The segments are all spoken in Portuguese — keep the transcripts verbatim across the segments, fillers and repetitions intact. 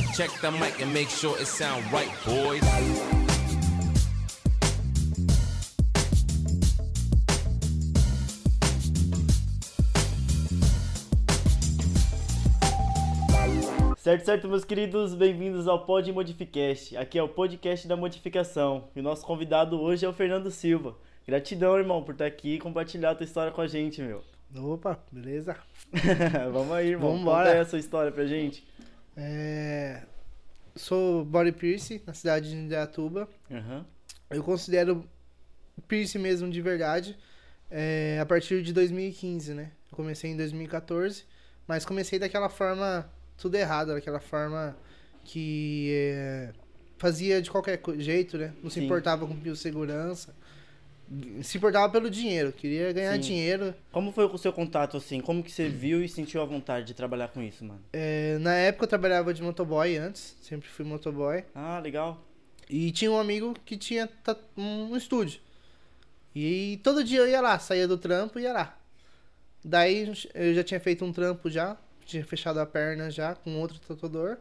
Check the mic and make sure it sound right, boys. Certo, certo, meus queridos, bem-vindos ao Pod Modificast. Aqui é o podcast da modificação. E o nosso convidado hoje é o Fernando Silva. Gratidão, irmão, por estar aqui e compartilhar a tua história com a gente, meu. Opa, beleza? Vamos aí, irmão. Vamos embora. Conta aí a sua história pra gente. É... Sou body piercing na cidade de Indaiatuba. Uhum. Eu considero piercing mesmo de verdade é... a partir de dois mil e quinze, né? Eu comecei em dois mil e quatorze, mas comecei daquela forma tudo errado, daquela forma que é... fazia de qualquer jeito, né? Não se Sim. importava com biossegurança. Se importava pelo dinheiro, queria ganhar Sim. dinheiro. Como foi o seu contato, assim? Como que você viu e sentiu a vontade de trabalhar com isso, mano? É, na época eu trabalhava de motoboy antes, sempre fui motoboy. Ah, legal. E tinha um amigo que tinha ta- um estúdio. E todo dia eu ia lá, saía do trampo e ia lá. Daí eu já tinha feito um trampo já, tinha fechado a perna já com outro tatuador.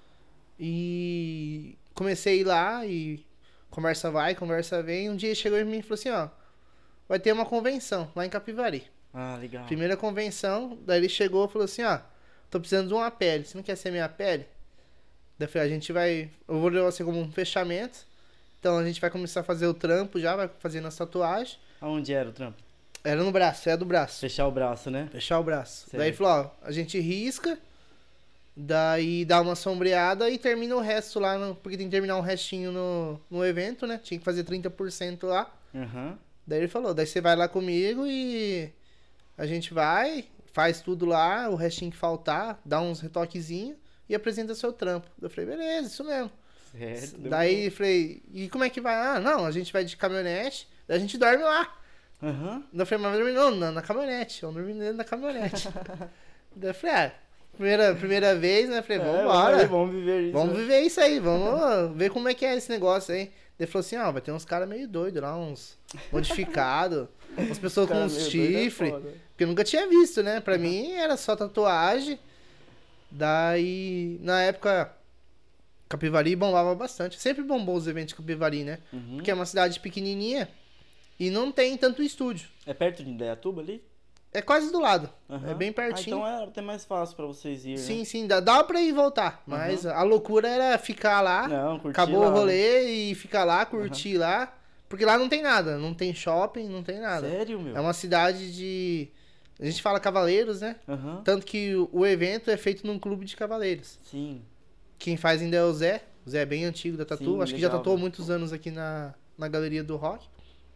E comecei a ir lá e conversa vai, conversa vem. Um dia ele chegou em mim e falou assim, ó, vai ter uma convenção lá em Capivari. Ah, legal. Primeira convenção, daí ele chegou e falou assim, ó, tô precisando de uma pele, você não quer ser minha pele? Daí eu falei, a gente vai, eu vou levar você como um fechamento, então a gente vai começar a fazer o trampo já, vai fazendo as tatuagens. Aonde era o trampo? Era no braço, é do braço. Fechar o braço, né? Fechar o braço. Certo. Daí ele falou, ó, a gente risca, daí dá uma sombreada e termina o resto lá, no, porque tem que terminar um restinho no, no evento, né? Tinha que fazer trinta por cento lá. Uhum. Daí ele falou, daí você vai lá comigo e a gente vai, faz tudo lá, o restinho que faltar, dá uns retoquezinhos e apresenta seu trampo. Eu falei, beleza, isso mesmo. Certo. Daí eu falei, e como é que vai? Ah, não, a gente vai de caminhonete, daí a gente dorme lá. Uhum. Daí eu falei, mas vai dormir não, na, na caminhonete, eu dormi dentro da caminhonete. Daí eu falei, ah, primeira, primeira vez, né? Eu falei, vamos embora. É, vamos viver isso. Vamos viver isso aí, vamos ver como é que é esse negócio aí. Ele falou assim, ó, vai ter uns caras meio doidos lá, uns modificados, umas pessoas com Cara, uns meio doido é chifres, foda. que eu nunca tinha visto, né? Pra Uhum. mim era só tatuagem. Daí, na época, Capivari bombava bastante. Sempre bombou os eventos de Capivari, né? Uhum. Porque é uma cidade pequenininha e não tem tanto estúdio. É perto de Indaiatuba ali? É quase do lado, Uhum. é bem pertinho. Ah, então é até mais fácil pra vocês irem, Sim, né? sim, dá, dá pra ir e voltar. Mas a loucura era ficar lá. Não, curtir Acabou lá, o rolê e ficar lá, curtir Uhum. lá. Porque lá não tem nada, não tem shopping, não tem nada. Sério, meu? É uma cidade de... A gente fala cavaleiros, né? Aham. Tanto que o, o evento é feito num clube de cavaleiros. Sim. Quem faz ainda é o Zé. O Zé é bem antigo da Tatu. Sim, Acho que já legal, tatuou né? muitos anos aqui na, na Galeria do Rock.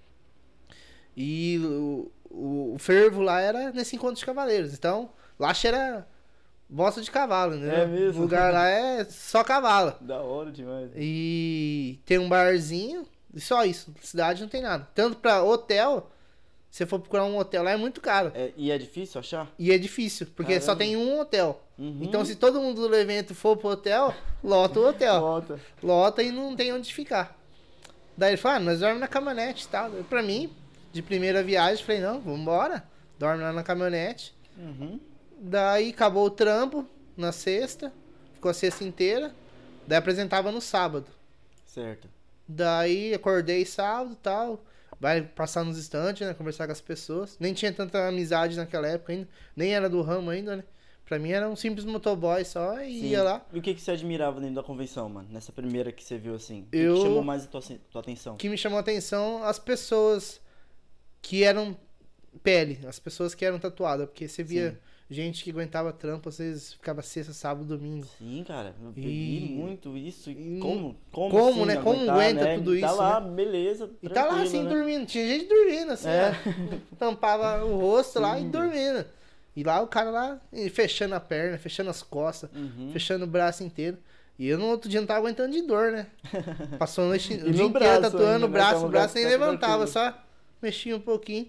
E o, o, o fervo lá era nesse encontro de cavaleiros. Então, lá cheira bosta de cavalo, né? É mesmo? O lugar lá é só cavalo. Da hora demais. E tem um barzinho, e só isso. Cidade não tem nada. Tanto pra hotel, se você for procurar um hotel lá é muito caro. É, e é difícil achar? E é difícil, porque Caramba. só tem um hotel. Uhum. Então se todo mundo do evento for pro hotel, lota o hotel. Volta. Lota e não tem onde ficar. Daí ele falou, ah, nós dormimos na caminhonete e tal. Daí, pra mim, de primeira viagem, falei, não, vambora. Dorme lá na caminhonete. Uhum. Daí acabou o trampo na sexta. Ficou a sexta inteira. Daí apresentava no sábado. Certo. Daí acordei sábado e tal. Vai passar nos estantes, né? Conversar com as pessoas. Nem tinha tanta amizade naquela época ainda. Nem era do ramo ainda, né? Pra mim era um simples motoboy só e Sim. ia lá. E o que, que você admirava dentro da convenção, mano? Nessa primeira que você viu assim? O que, Eu- que chamou mais a tua, tua atenção? O que me chamou a atenção, as pessoas que eram pele. As pessoas que eram tatuadas. Porque você via Sim. gente que aguentava trampo, às vezes ficava sexta, sábado, domingo. Sim, cara. Eu E- peguei muito isso. E e como? Como, como, assim, né? Como aguentar, aguenta né? tudo Tá isso, lá, beleza. E tá lá tranquilo, assim, né? dormindo. Tinha gente dormindo, assim, É. ó. Tampava o rosto lá e Sim. dormindo. E lá o cara lá e fechando a perna, fechando as costas, Uhum. fechando o braço inteiro. E eu no outro dia não tava aguentando de dor, né? Passou a noite, o no dia inteiro braço tatuando ainda, o né? braço, Tava o braço nem braço levantava, tranquilo. só mexia um pouquinho.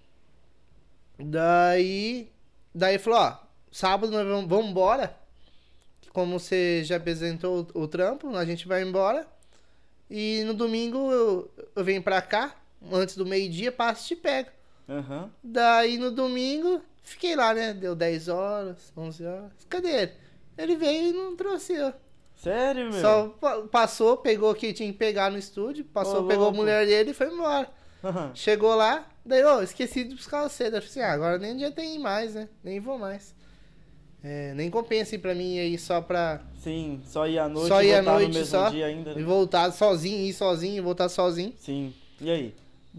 Daí, daí falou, ó, sábado nós vamos, vamos embora. Como você já apresentou o, o trampo, a gente vai embora. E no domingo eu, eu venho pra cá, antes do meio-dia, passo e te pego. Aham. Daí no domingo, fiquei lá, né? Deu dez horas, onze horas. Cadê ele? Ele veio e não trouxe eu. Sério, meu? Só pa- passou, pegou o que tinha que pegar no estúdio, passou, Ô, pegou a louco. mulher dele e foi embora. Chegou lá, daí, ô, esqueci de buscar você. Daí eu falei assim, ah, agora nem adianta ir mais, né? Nem vou mais. É, nem compensa ir pra mim ir aí só pra Sim, só ir à noite Só e ir à voltar noite no mesmo só. dia ainda. e né? voltar sozinho, ir sozinho, voltar sozinho. Sim. E aí?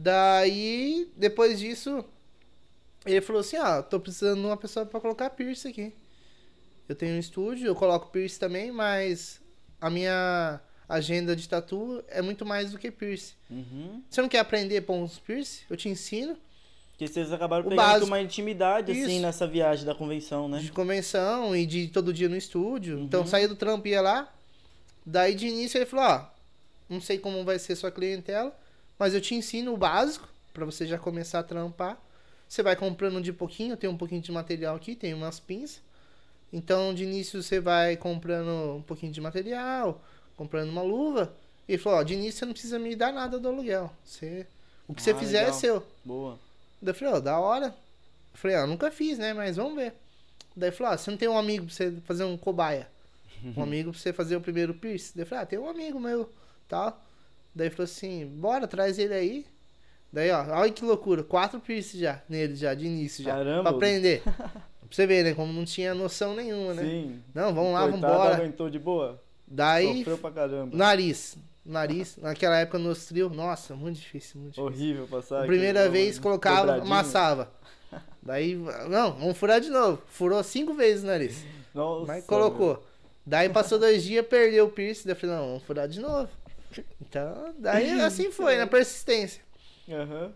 Daí, depois disso, ele falou assim, ó, tô precisando de uma pessoa pra colocar piercing aqui. Eu tenho um estúdio, eu coloco piercing também, mas a minha agenda de tatu é muito mais do que piercing. Uhum. Você não quer aprender a pôr uns piercing? Eu te ensino. Porque vocês acabaram O pegando básico. uma intimidade, assim, Isso. nessa viagem da convenção, né? De convenção e de todo dia no estúdio. Uhum. Então saía do trampo e ia lá. Daí de início ele falou, ó, não sei como vai ser sua clientela, mas eu te ensino o básico pra você já começar a trampar. Você vai comprando de pouquinho, tem um pouquinho de material aqui, tem umas pinças. Então de início você vai comprando um pouquinho de material, comprando uma luva. E ele falou, ó, de início você não precisa me dar nada do aluguel. Você, o que você Ah, fizer legal. é seu. Boa. Daí eu falei, ó, da hora. Eu falei, ó, nunca fiz, né? Mas vamos ver. Daí ele falou, ó, você não tem um amigo pra você fazer um cobaia? Um amigo pra você fazer o primeiro piercing? Daí eu falei, ah, tem um amigo meu, tal. Daí ele falou assim, bora, traz ele aí. Daí, ó, olha que loucura, quatro piercings já, nele já, de início já. Caramba. Pra aprender. Pra você ver, né, como não tinha noção nenhuma, né? Sim. Não, vamos lá, Coitado, vambora. aguentou de boa? Daí, Sofreu pra caramba. nariz. Nariz, naquela época no trio, nossa, muito difícil, muito difícil. Horrível passar. A primeira aquele vez nome, colocava, quebradinho. amassava. Daí, não, vamos furar de novo. Furou cinco vezes o nariz. Nossa, Mas colocou. meu. Daí passou dois dias, perdeu o piercing. Daí eu falei, não, vamos furar de novo. Então, daí assim foi, na persistência. Aham.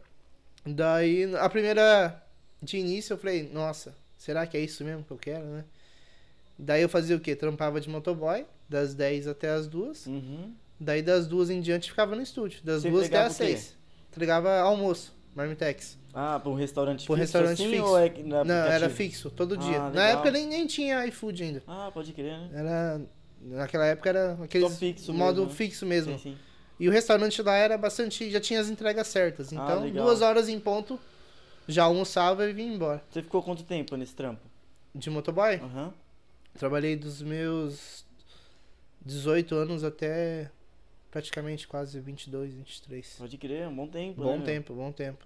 Daí, a primeira de início, eu falei, nossa, será que é isso mesmo que eu quero, né? Daí eu fazia o quê? Trampava de motoboy, das dez até as duas. Uhum. Daí das duas em diante ficava no estúdio. Das Você duas até entregava as o quê? seis. Entregava almoço, marmitex. Ah, pra um restaurante Pro fixo restaurante assim, fixo. ou é que- no Não, era aplicativo? fixo, todo Ah, dia. Na legal. época nem, nem tinha iFood ainda. Ah, pode crer, né? Era. Naquela época era aquele fixo modo mesmo, né? fixo mesmo. Sim, sim. E o restaurante lá era bastante. Já tinha as entregas certas. Ah, Então, legal. duas horas em ponto, já almoçava e vinha embora. Você ficou quanto tempo nesse trampo? De motoboy, Aham. trabalhei dos meus dezoito anos até praticamente quase vinte e dois, vinte e três. Pode crer, um bom tempo, Bom né, meu? tempo, bom tempo.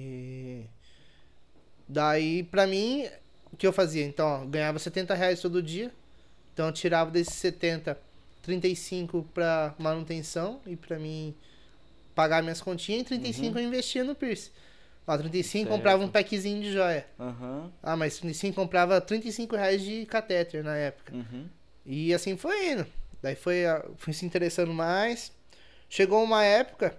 E daí, pra mim, o que eu fazia? Então, ó, ganhava setenta reais todo dia. Então, eu tirava desses setenta, trinta e cinco pra manutenção e pra mim pagar minhas continhas. E trinta e cinco Uhum. eu investia no piercing. Ó, trinta e cinco Certo. comprava um packzinho de joia. Aham. Ah, mas trinta e cinco comprava trinta e cinco reais de catéter na época. Uhum. E assim foi indo. Daí foi, a- fui se interessando mais. Chegou uma época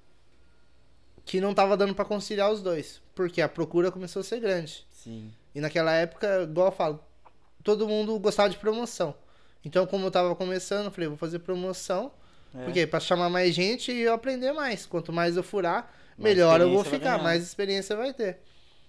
que não tava dando pra conciliar os dois. Porque a procura começou a ser grande. Sim. E naquela época, igual eu falo, todo mundo gostava de promoção. Então, como eu tava começando, eu falei, vou fazer promoção. É. Porque pra chamar mais gente e eu aprender mais. Quanto mais eu furar, Mais melhor eu vou experiência vai ficar, ganhar. mais experiência vai ter.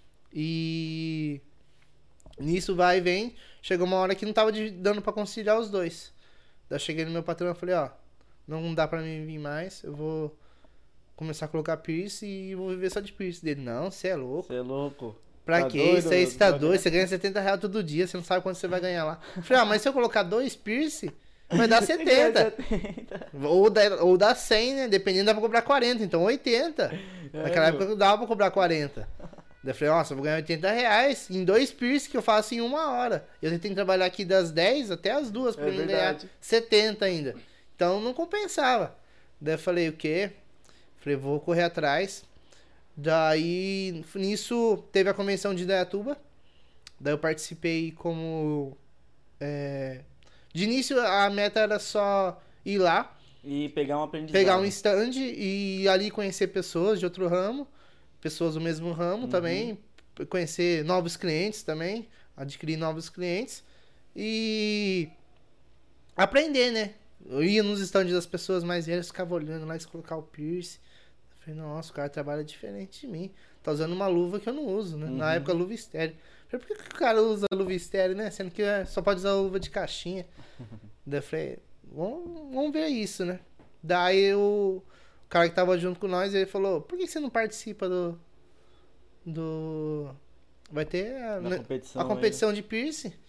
E nisso vai e vem. Chegou uma hora que não tava de- dando pra conciliar os dois. Daí eu cheguei no meu patrão e falei, ó, não dá pra mim vir mais, eu vou começar a colocar piercing e vou viver só de piercing dele. Não, você é louco. Você é louco. Pra Tá que doido, isso aí? meu? Você tá Vai doido? ganhar. Você ganha setenta reais todo dia, você não sabe quanto você vai ganhar lá. Eu falei, ah, mas se eu colocar dois piercing, vai dar setenta. Ou dá, ou dá cem, né? Dependendo, dá pra cobrar quarenta, então oitenta. É, Naquela meu. época dava pra cobrar quarenta. Daí eu falei, nossa, eu vou ganhar oitenta reais em dois piercing que eu faço em uma hora. Eu tenho que trabalhar aqui das dez até as duas pra É mim verdade. ganhar setenta ainda. Então não compensava. Daí eu falei, o quê? Falei, vou correr atrás. Daí, nisso, teve a convenção de Indaiatuba. Daí eu participei como... é, De início, a meta era só ir lá, E pegar um aprendizado. pegar um stand e ali conhecer pessoas de outro ramo, pessoas do mesmo ramo Uhum. também, conhecer novos clientes também, adquirir novos clientes e aprender, né? Eu ia nos stands das pessoas mais velhas, ficava olhando lá, eles colocar o piercing. Eu falei, nossa, o cara trabalha diferente de mim. Tá usando uma luva que eu não uso, né? Na Uhum. época, luva estéreo. Eu falei, por que, que o cara usa luva estéreo, né? Sendo que é, só pode usar luva de caixinha. Daí eu falei, vamos, vamos ver isso, né? Daí o, o cara que tava junto com nós, ele falou, por que que você não participa do... do... Vai ter a, Da né, competição a competição de piercing.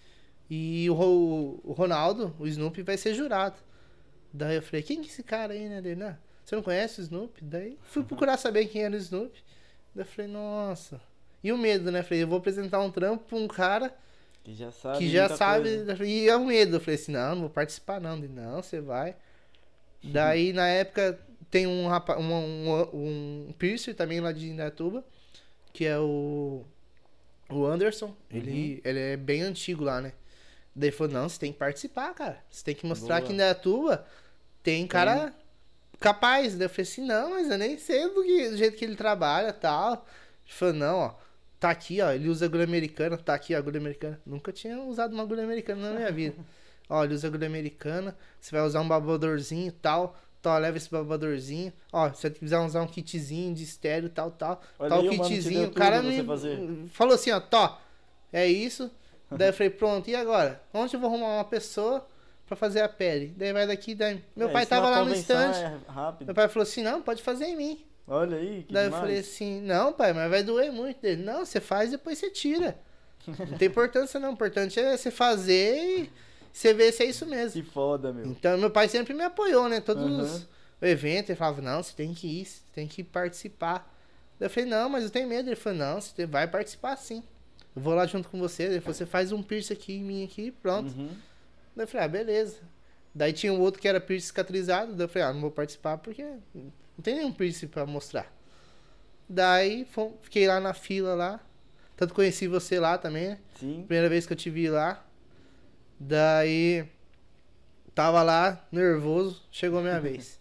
E o, Ro- o Ronaldo, o Snoopy, vai ser jurado. Daí eu falei, quem que é esse cara aí, né? Dele, não, você não conhece o Snoopy? Daí fui procurar saber quem era o Snoopy. Daí eu falei, nossa. E o medo, né? Falei, eu vou apresentar um trampo pra um cara Que já sabe. que já muita sabe. coisa. E é o medo. Eu falei assim, não, não vou participar não. Ele, não, você vai. Daí, na época, tem um rapaz, um, um, um piercer também lá de Indaiatuba, que é o, o Anderson. Ele, ele é bem antigo lá, né? Daí ele falou, não, você tem que participar, cara. Você tem que mostrar Boa. que em Indaiatuba tem cara capaz. Daí eu falei assim, não, mas eu nem sei do, que, do jeito que ele trabalha e tal. Ele falou, não, ó, tá aqui, ó, ele usa agulha americana, tá aqui a agulha americana. Nunca tinha usado uma agulha americana na minha vida. Ó, ele usa agulha americana, você vai usar um babadorzinho e tal. Tó, leva esse babadorzinho. Ó, se você quiser usar um kitzinho de estéreo, tal, tal. Olha Tal aí, o mano te kitzinho. deu O cara tudo pra me você fazer. falou assim, ó, Tó, é isso. Daí eu falei, pronto, e agora? Onde eu vou arrumar uma pessoa pra fazer a pele? Daí vai daqui, daí... Meu É, pai isso tava na lá no convenção stand. É rápido. Meu pai falou assim, não, pode fazer em mim. Olha aí, que Daí eu demais. falei assim, não, pai, mas vai doer muito dele. Não, você faz e depois você tira. Não tem importância não, o importante é você fazer e você ver se é isso mesmo. Que foda, meu. Então meu pai sempre me apoiou, né? Todos Aham. os eventos, ele falava, não, você tem que ir, você tem que participar. Daí eu falei, não, mas eu tenho medo. Ele falou, não, você vai participar sim. Eu vou lá junto com você. Ele falou, você faz um piercing aqui em mim aqui, pronto. Uhum. Daí eu falei, ah, beleza. Daí tinha um outro que era piercing cicatrizado. Daí eu falei, ah, não vou participar porque não tem nenhum piercing pra mostrar. Daí fom- fiquei lá na fila lá. Tanto conheci você lá também, né? Sim. Primeira vez que eu te vi lá. Daí tava lá, nervoso, chegou a minha vez.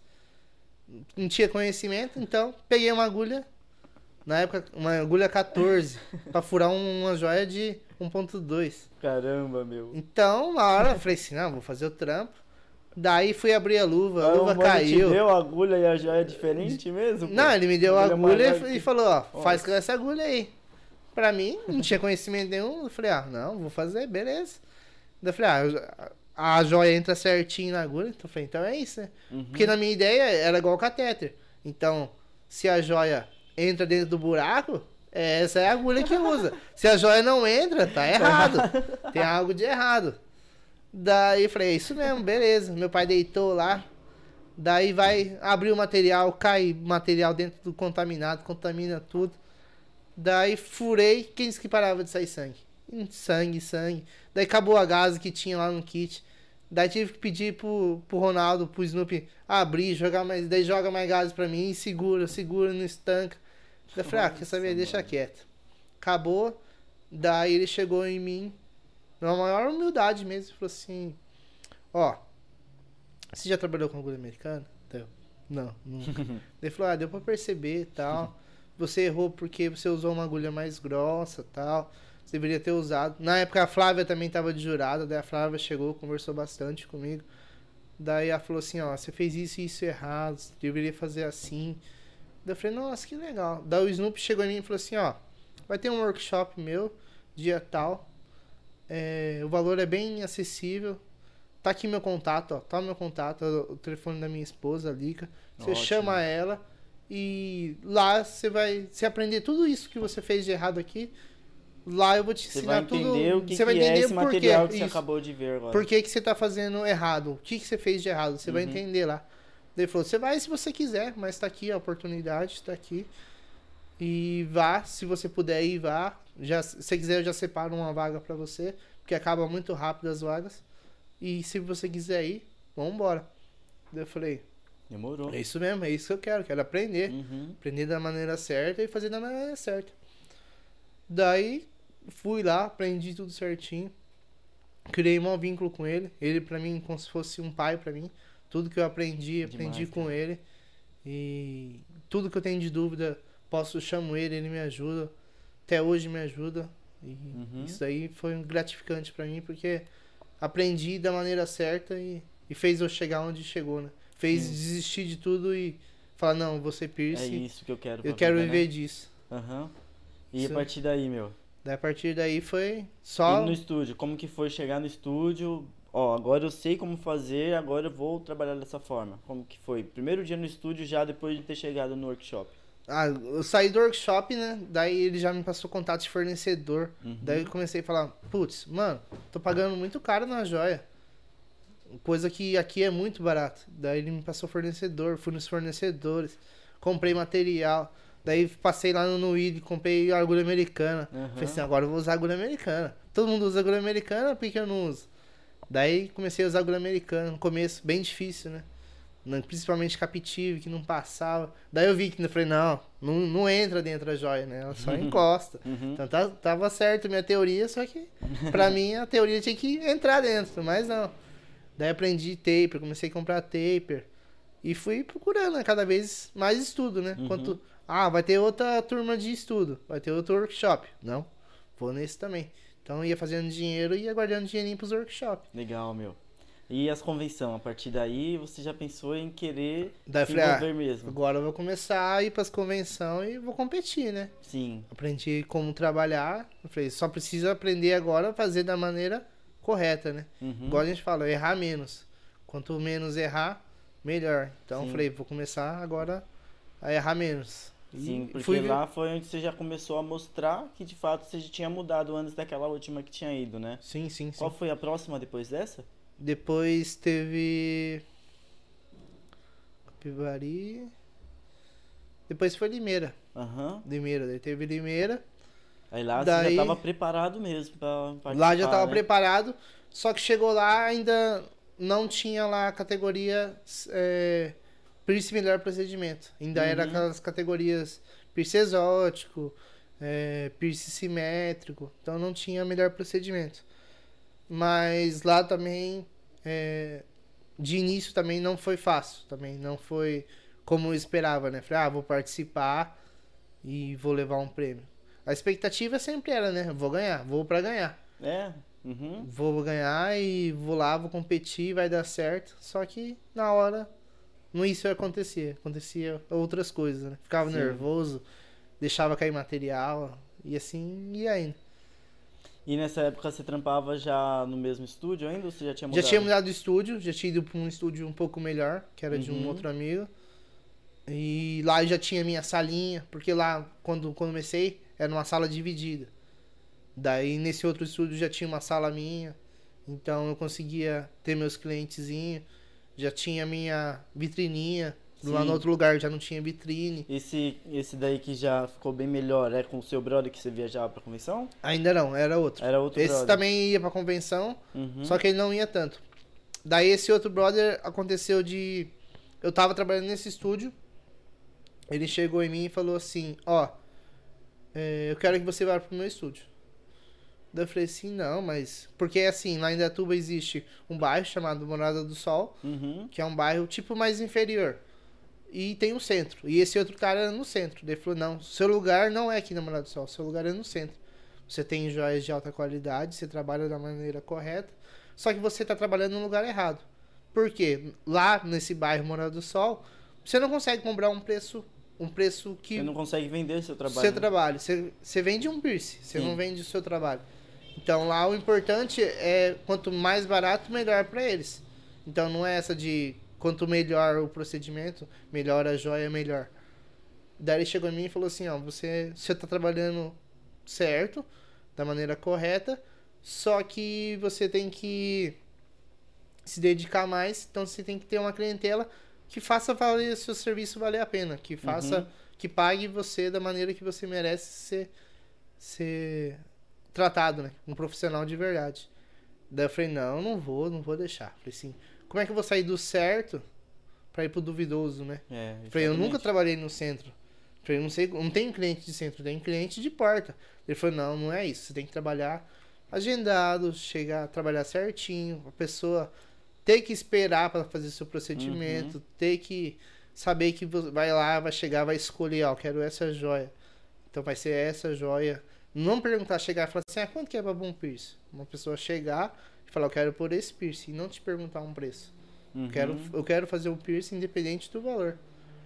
Não tinha conhecimento, então peguei uma agulha. Na época, uma agulha quatorze, pra furar um- uma joia de um ponto dois. Caramba, meu. Então, na hora, eu falei assim, não, vou fazer o trampo. Daí fui abrir a luva, a Aí o luva mano te caiu. deu a agulha e a joia é diferente mesmo? pô? Não, ele me deu a Agulha agulha maior e que- falou, ó, Ó. faz com essa agulha aí. Pra mim, não tinha conhecimento nenhum. Eu falei, ah, não, vou fazer, beleza. Daí eu falei, ah, eu- a joia entra certinho na agulha. Então eu falei, então é isso, né? Uhum. Porque na minha ideia era igual catéter. Então, se a joia entra dentro do buraco, essa é a agulha que usa. Se a joia não entra, tá errado. Tem algo de errado. Daí eu falei, é isso mesmo, beleza. Meu pai deitou lá. Daí vai abrir o material, cai material dentro do contaminado, contamina tudo. Daí furei, quem disse que parava de sair sangue? Hum, Sangue, sangue. Daí acabou a gás que tinha lá no kit. Daí tive que pedir pro, pro Ronaldo, pro Snoopy abrir, jogar mais. Daí joga mais gás pra mim, segura, segura, não estanca. Daí eu falei, ah, quer saber? Deixa mano. quieto. Acabou. Daí ele chegou em mim, na maior humildade mesmo, falou assim: ó, você já trabalhou com agulha americana? Daí eu, não, nunca. Daí ele falou, ah, deu pra perceber e tal. Você errou porque você usou uma agulha mais grossa e tal. Você deveria ter usado. Na época a Flávia também tava de jurada, daí a Flávia chegou, conversou bastante comigo. Daí ela falou assim, ó, você fez isso e isso errado, você deveria fazer assim. Daí eu falei, nossa, que legal. Daí o Snoopy chegou em mim e falou assim, ó, vai ter um workshop meu, dia tal. É, o valor é bem acessível. Tá aqui meu contato, ó. Tá o meu contato, o telefone da minha esposa, a Lica. Você Ótimo. chama ela e lá você vai se aprender tudo isso que você fez de errado aqui. Lá eu vou te Você ensinar vai tudo. entender o que, você vai que é entender esse por quê. material que você Isso. acabou de ver agora. Por que, que você tá fazendo errado? O que, que você fez de errado? Você vai Uhum. entender lá. Daí ele falou, você vai se você quiser, mas tá aqui a oportunidade, tá aqui. E vá, se você puder ir, vá. Já, se você quiser, eu já separo uma vaga pra você, porque acaba muito rápido as vagas. E se você quiser ir, vamos embora. Daí eu falei, Demorou. é isso mesmo, é isso que eu quero, quero aprender. Uhum. Aprender da maneira certa e fazer da maneira certa. Daí, fui lá, aprendi tudo certinho. Criei um vínculo com ele. Ele, pra mim, como se fosse um pai pra mim. Tudo que eu aprendi, aprendi Demais, com cara. ele. E tudo que eu tenho de dúvida, posso, chamo ele, ele me ajuda. Até hoje me ajuda. E Uhum. isso aí foi um gratificante pra mim, porque aprendi da maneira certa e, e fez eu chegar onde chegou, né? Fez Sim. desistir de tudo e falar, não, vou ser É piercing. isso que eu quero. eu pra quero vida, viver né? disso. Aham. E Isso. a partir daí, meu? Daí a partir daí foi E só. no estúdio, como que foi chegar no estúdio? Ó, agora eu sei como fazer, agora eu vou trabalhar dessa forma. Como que foi? Primeiro dia no estúdio já depois de ter chegado no workshop. Ah, eu saí do workshop, né? Daí ele já me passou contato de fornecedor. Uhum. Daí eu comecei a falar, putz, mano, tô pagando muito caro na joia. Coisa que aqui é muito barato. Daí ele me passou fornecedor, fui nos fornecedores, comprei material. Daí passei lá no Nuíde, comprei agulha americana. Uhum. Falei assim, agora eu vou usar agulha americana. Todo mundo usa agulha americana, por que eu não uso? Daí comecei a usar agulha americana. No começo, bem difícil, né? Principalmente captive, que não passava. Daí eu vi que eu falei, não, não, não entra dentro da joia, né? Ela só encosta. Uhum. Então tá, tava certo a minha teoria, só que pra mim a teoria tinha que entrar dentro, mas não. Daí aprendi taper, comecei a comprar taper. E fui procurando, né, cada vez mais estudo, né? Uhum. Quanto, ah, vai ter outra turma de estudo, vai ter outro workshop. Não, vou nesse também. Então ia fazendo dinheiro e ia guardando dinheirinho pros workshops. Legal, meu. E as convenções? A partir daí você já pensou em querer Daí eu se falei, ah, envolver mesmo? agora eu vou começar a ir pras convenções e vou competir, né? Sim. Aprendi como trabalhar. Eu falei, só preciso aprender agora a fazer da maneira correta, né? Uhum. Igual a gente fala, errar menos. Quanto menos errar, melhor. Então Sim. eu falei, vou começar agora a errar menos. E Sim, porque fui... lá foi onde você já começou a mostrar que de fato você já tinha mudado antes daquela última que tinha ido, né? Sim, sim, sim. Qual foi a próxima depois dessa? Depois teve... Capivari... Depois foi Limeira. Aham. Limeira, daí teve Limeira. Aí lá Daí- você já tava preparado mesmo pra participar, Lá já tava né? preparado, só que chegou lá ainda não tinha lá a categoria é, piercing melhor procedimento. Ainda era Uhum. aquelas categorias piercing exótico, é, piercing simétrico, então não tinha melhor procedimento. Mas lá também, é, de início também não foi fácil, também não foi como eu esperava, né? Falei, ah, vou participar e vou levar um prêmio. A expectativa sempre era, né? Vou ganhar, vou pra ganhar. É? Uhum. Vou ganhar e vou lá, vou competir, vai dar certo. Só que na hora não isso acontecia. Acontecia outras coisas, né? Ficava Sim. nervoso, deixava cair material e assim ia indo. E nessa época você trampava já no mesmo estúdio ainda ou você já tinha Já mudado? tinha mudado de estúdio, já tinha ido pra um estúdio um pouco melhor, que era de um Uhum. outro amigo. E lá eu já tinha minha salinha, porque lá, quando quando comecei, era uma sala dividida. Daí nesse outro estúdio já tinha uma sala minha, então eu conseguia ter meus clientezinhos, já tinha minha vitrininha. Lá Sim. no outro lugar já não tinha vitrine. Esse, esse daí que já ficou bem melhor é com o seu brother que você viajava pra convenção? Ainda não, era outro. Era outro Esse brother. também ia pra convenção, Uhum. só que ele não ia tanto. Daí esse outro brother aconteceu de... Eu tava trabalhando nesse estúdio, ele chegou em mim e falou assim, ó, é, eu quero que você vá pro meu estúdio. Daí eu falei assim, não, mas... Porque assim, lá em Indaiatuba existe um bairro chamado Morada do Sol, Uhum. que é um bairro tipo mais inferior. E tem um centro. E esse outro cara era no centro. Daí ele falou, não, seu lugar não é aqui na Morada do Sol, seu lugar é no centro. Você tem joias de alta qualidade, você trabalha da maneira correta, só que você tá trabalhando no lugar errado. Por quê? Lá nesse bairro Morada do Sol, você não consegue comprar um preço, um preço que... Você não consegue vender seu trabalho. Seu né? trabalho. Você, você vende um piercing, você Sim. não vende o seu trabalho. Então lá o importante é quanto mais barato, melhor para eles. Então não é essa de quanto melhor o procedimento, melhor a joia, melhor. Daí ele chegou em mim e falou assim, ó, você, você tá trabalhando certo, da maneira correta, só que você tem que se dedicar mais, então você tem que ter uma clientela que faça valer seu serviço valer a pena, que faça, Uhum. que pague você da maneira que você merece ser, ser tratado, né? Um profissional de verdade. Daí eu falei, não, não vou, não vou deixar. Falei assim, como é que eu vou sair do certo pra ir pro duvidoso, né? É, Falei, eu nunca exatamente. trabalhei no centro. Falei, não sei, não tenho cliente de centro, tenho cliente de porta. Ele falou, não, não é isso. Você tem que trabalhar agendado, chegar a trabalhar certinho, a pessoa ter que esperar para fazer seu procedimento, Uhum. ter que saber que vo- vai lá, vai chegar, vai escolher, ó, quero essa joia. Então vai ser essa joia. Não perguntar, chegar e falar assim, ah, quanto que é pra um piercing? Uma pessoa chegar e falar, eu quero por esse piercing, e não te perguntar um preço. Uhum. Eu quero, eu quero fazer o piercing independente do valor.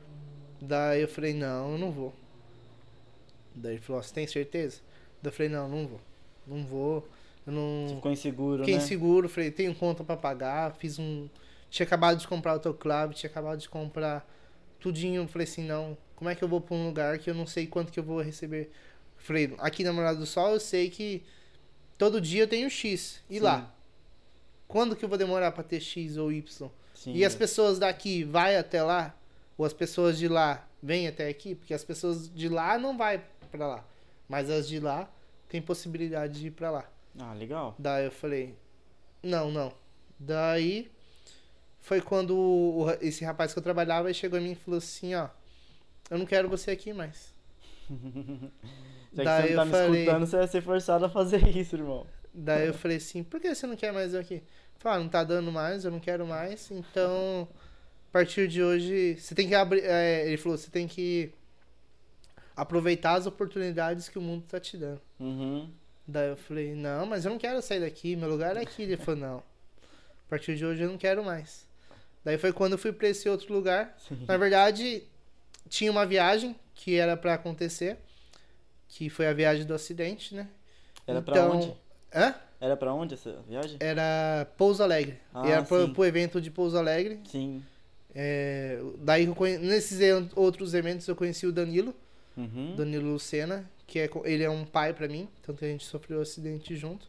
Daí eu falei, não, eu não vou. Daí ele falou, ó, você tem certeza? Daí eu falei, não, não vou. Não vou. Eu não. Você ficou inseguro, Fiquei né? inseguro, falei, tenho conta pra pagar, fiz um. Tinha acabado de comprar autoclave, tinha acabado de comprar tudinho. Falei assim, não, como é que eu vou pra um lugar que eu não sei quanto que eu vou receber? Falei, aqui na Morada do Sol eu sei que todo dia eu tenho X. E Sim. lá? Quando que eu vou demorar pra ter X ou Y? Sim. E as pessoas daqui vai até lá? Ou as pessoas de lá vêm até aqui? Porque as pessoas de lá não vai pra lá. Mas as de lá tem possibilidade de ir pra lá. Ah, legal. Daí eu falei, não, não. Daí foi quando o- esse rapaz que eu trabalhava ele chegou em mim e falou assim, ó, eu não quero você aqui mais. Já que Daí você não tá eu me falei- escutando, você vai ser forçado a fazer isso, irmão. Daí eu falei assim, por que você não quer mais eu aqui? Falei, ah, não tá dando mais, eu não quero mais, então a partir de hoje você tem que abrir. é, ele falou, você tem que aproveitar as oportunidades que o mundo tá te dando. Uhum. Daí eu falei, não, mas eu não quero sair daqui, meu lugar é aqui. Ele falou, não, a partir de hoje eu não quero mais. Daí foi quando eu fui pra esse outro lugar. Sim. Na verdade, tinha uma viagem que era pra acontecer, que foi a viagem do acidente, né? Era pra Então- onde? Hã? Era pra onde essa viagem? Era Pouso Alegre. Ah, E era pro, sim. pro evento de Pouso Alegre. Sim. É, daí eu conhe... nesses e- outros eventos eu conheci o Danilo, Uhum. Danilo Lucena, que é, co- ele é um pai pra mim, tanto que a gente sofreu um acidente junto.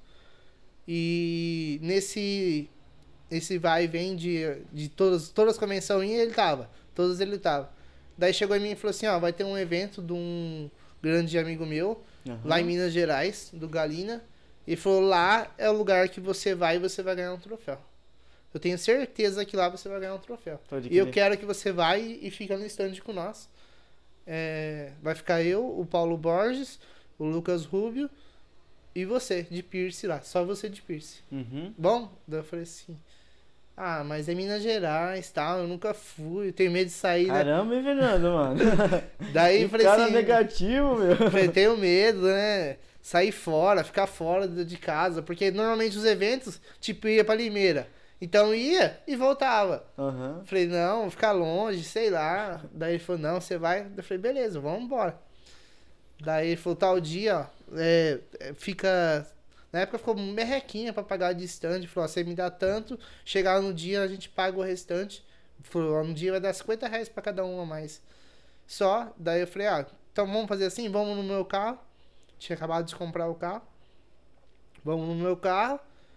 E nesse esse vai e vem de, de todas, todas as convenções ele tava, todas ele tava. Daí chegou em mim e falou assim, ó, vai ter um evento de um grande amigo meu, Uhum. lá em Minas Gerais, do Galina. E falou, lá é o lugar que você vai e você vai ganhar um troféu. Eu tenho certeza que lá você vai ganhar um troféu. Pode E eu crer. quero que você vá e, e fica no stand com nós. É, vai ficar eu, o Paulo Borges, o Lucas Rubio e você, de Pierce lá. Só você de Pierce. Uhum. Bom? Daí eu falei assim, ah, mas é Minas Gerais, tal, eu nunca fui, eu tenho medo de sair. Né? Caramba, hein, Fernando, mano? Daí Que eu falei cara assim, negativo, meu. eu falei, tenho medo, né? Sair fora, ficar fora de de casa. Porque normalmente os eventos, tipo, ia pra Limeira. Então ia e voltava. Aham. Falei, não, vou ficar longe, sei lá. Daí ele falou, não, você vai. Eu falei, beleza, vamos embora. Daí ele falou, tal dia, ó, é, é, fica... Na época ficou merrequinha pra pagar de stand. Ele falou, ó, você me dá tanto, chegar no dia a gente paga o restante. Ele falou, ó, no dia vai dar cinquenta reais pra cada um a mais. Só, daí eu falei, ah, então vamos fazer assim, vamos no meu carro. Tinha acabado de comprar o carro. Vamos no meu carro.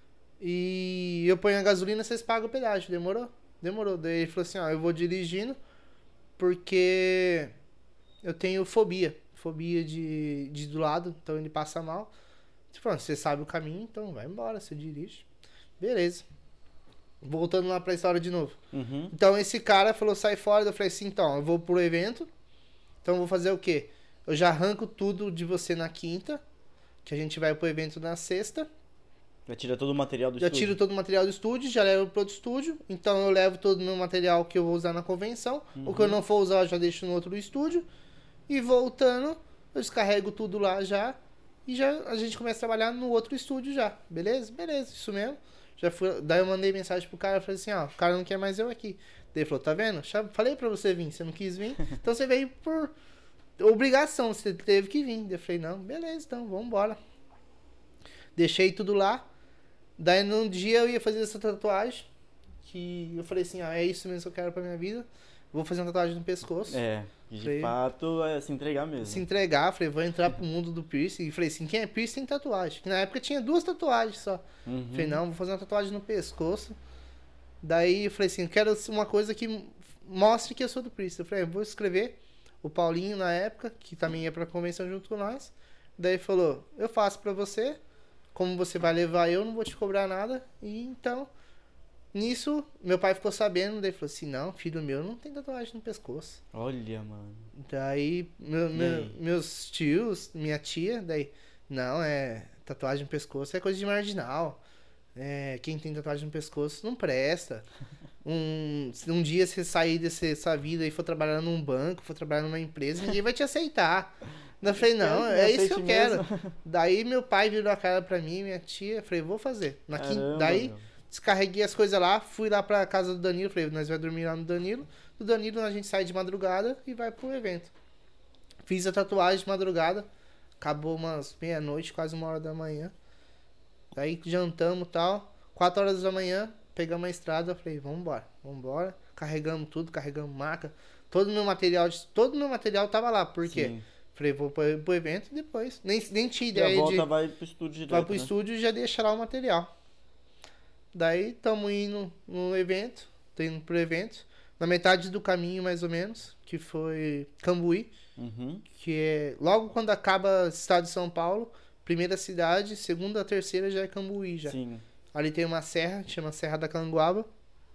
E eu ponho a gasolina, vocês pagam o pedágio. Demorou? Demorou. Daí ele falou assim, ó, eu vou dirigindo porque eu tenho fobia. Fobia de, de do lado, então ele passa mal. Tipo, você sabe o caminho, então vai embora, você dirige. Beleza. Voltando lá pra história de novo. Uhum. Então esse cara falou, sai fora. Eu falei assim, então, eu vou pro evento. Então eu vou fazer o quê? Eu já arranco tudo de você na quinta, que a gente vai pro evento na sexta. Já tira todo o material do Já estúdio. tiro todo o material do estúdio, já levo pro outro estúdio. Então eu levo todo o meu material que eu vou usar na convenção. O que eu não for usar, eu já deixo no outro estúdio. E voltando, eu descarrego tudo lá já. E já a gente começa a trabalhar no outro estúdio já. Beleza? Beleza, isso mesmo. Já fui, daí eu mandei mensagem pro cara, falei assim, ó, o cara não quer mais eu aqui. Daí ele falou, tá vendo? Já falei pra você vir, você não quis vir. Então você veio por obrigação, você teve que vir. Daí eu falei, não, beleza, então, vamos embora. Deixei tudo lá. Daí num dia eu ia fazer essa tatuagem. Que eu falei assim, ah, é isso mesmo que eu quero pra minha vida. Vou fazer uma tatuagem no pescoço. É, de Falei- fato é se entregar mesmo. Se entregar, falei, vou entrar pro mundo do piercing. E falei assim, quem é piercing tem tatuagem. Que na época tinha duas tatuagens só. Uhum. Falei, não, vou fazer uma tatuagem no pescoço. Daí eu falei assim, eu quero uma coisa que mostre que eu sou do piercing. Eu falei, eu vou escrever o Paulinho na época, que também ia pra convenção junto com nós. Daí ele falou, eu faço pra você. Como você vai levar eu, não vou te cobrar nada. E então, nisso, meu pai ficou sabendo. Daí ele falou assim, não, filho meu não tem tatuagem no pescoço. Olha, mano. Daí, meu- E meu- aí? meus tios, minha tia, daí, não, é, tatuagem no pescoço é coisa de marginal. É, quem tem tatuagem no pescoço não presta. Um, se um dia você sair dessa vida e for trabalhar num banco, for trabalhar numa empresa, ninguém vai te aceitar. Daí eu falei, não, Quero que é me isso que eu aceite quero. mesmo. Daí meu pai virou a cara pra mim, minha tia, eu falei, vou fazer. Na quinta, Caramba, daí, meu. descarreguei as coisas lá, fui lá pra casa do Danilo, falei, nós vamos dormir lá no Danilo. Do Danilo a gente sai de madrugada e vai pro evento. Fiz a tatuagem de madrugada, acabou umas meia-noite, quase uma hora da manhã. Daí jantamos e tal. Quatro horas da manhã, pegamos a estrada, eu falei, vambora, vambora. Carregamos tudo, carregamos maca. Todo o meu material, todo o meu material tava lá, por quê? Sim. Falei, vou pro, pro evento e depois. Nem, nem tinha E a ideia volta de... vai pro estúdio direto, Vai pro né? estúdio e já deixa lá o material. Daí tamo indo no evento, tô indo pro evento. Na metade do caminho, mais ou menos, que foi Cambuí, Uhum. que é logo quando acaba o estado de São Paulo, primeira cidade, segunda, terceira já é Cambuí já. Sim. Ali tem uma serra, que chama Serra da Canguaba.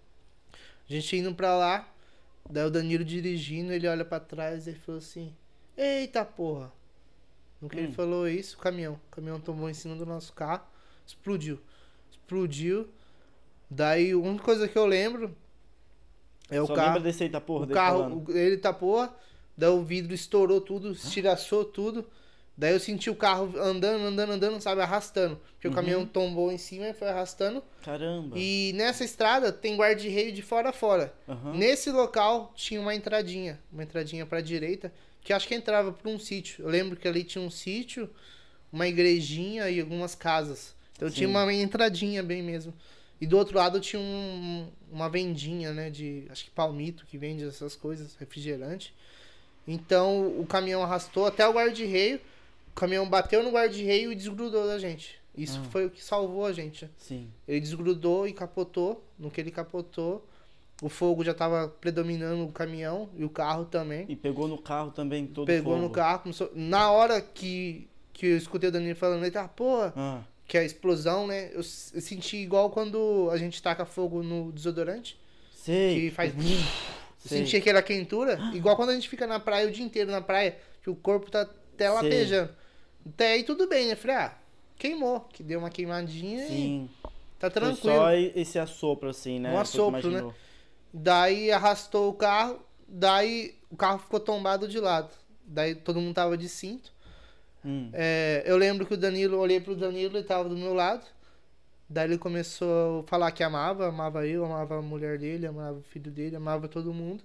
A gente indo pra lá, daí o Danilo dirigindo, ele olha pra trás e falou assim, eita porra. No que Hum. ele falou isso, o caminhão. O caminhão tomou em cima do nosso carro, explodiu. Explodiu. Daí, a única coisa que eu lembro é o Só carro. lembra desse aí, tá porra, O dele carro, falando. o- ele tapou, daí o vidro estourou tudo, estilhaçou tudo. Daí eu senti o carro andando, andando, andando, sabe, arrastando. Porque Uhum. o caminhão tombou em cima e foi arrastando. Caramba. E nessa estrada tem guarda-reio de fora a fora. Aham. Nesse local tinha uma entradinha, uma entradinha pra direita, que acho que entrava por um sítio. Eu lembro que ali tinha um sítio, uma igrejinha e algumas casas. Então Sim. tinha uma entradinha bem mesmo. E do outro lado tinha um- uma vendinha, né, de, acho que palmito, que vende essas coisas, refrigerante. Então o caminhão arrastou até o guarda-reio, o caminhão bateu no guarda-reio e desgrudou da gente. Isso Ah. foi o que salvou a gente. Sim. Ele desgrudou e capotou. No que ele capotou, o fogo já tava predominando o caminhão e o carro também. E pegou no carro também todo Pegou fogo. no carro. Começou... Na hora que, que eu escutei o Danilo falando, ele tá, porra, Ah, que é a explosão, né? Eu, s- eu senti igual quando a gente taca fogo no desodorante, sei. que faz. Eu Sei. senti aquela quentura, igual quando a gente fica na praia o dia inteiro na praia, que o corpo tá até Sei. latejando. Até aí tudo bem, né? Falei, ah, queimou, que deu uma queimadinha Sim. e tá Foi tranquilo. só esse assopro assim, né? Um Foi o que assopro, né? imaginou. Daí arrastou o carro, daí o carro ficou tombado de lado. Daí todo mundo tava de cinto. Hum. É, eu lembro que o Danilo, eu olhei pro Danilo, ele tava do meu lado. Daí ele começou a falar que amava, amava eu, amava a mulher dele, amava o filho dele, amava todo mundo.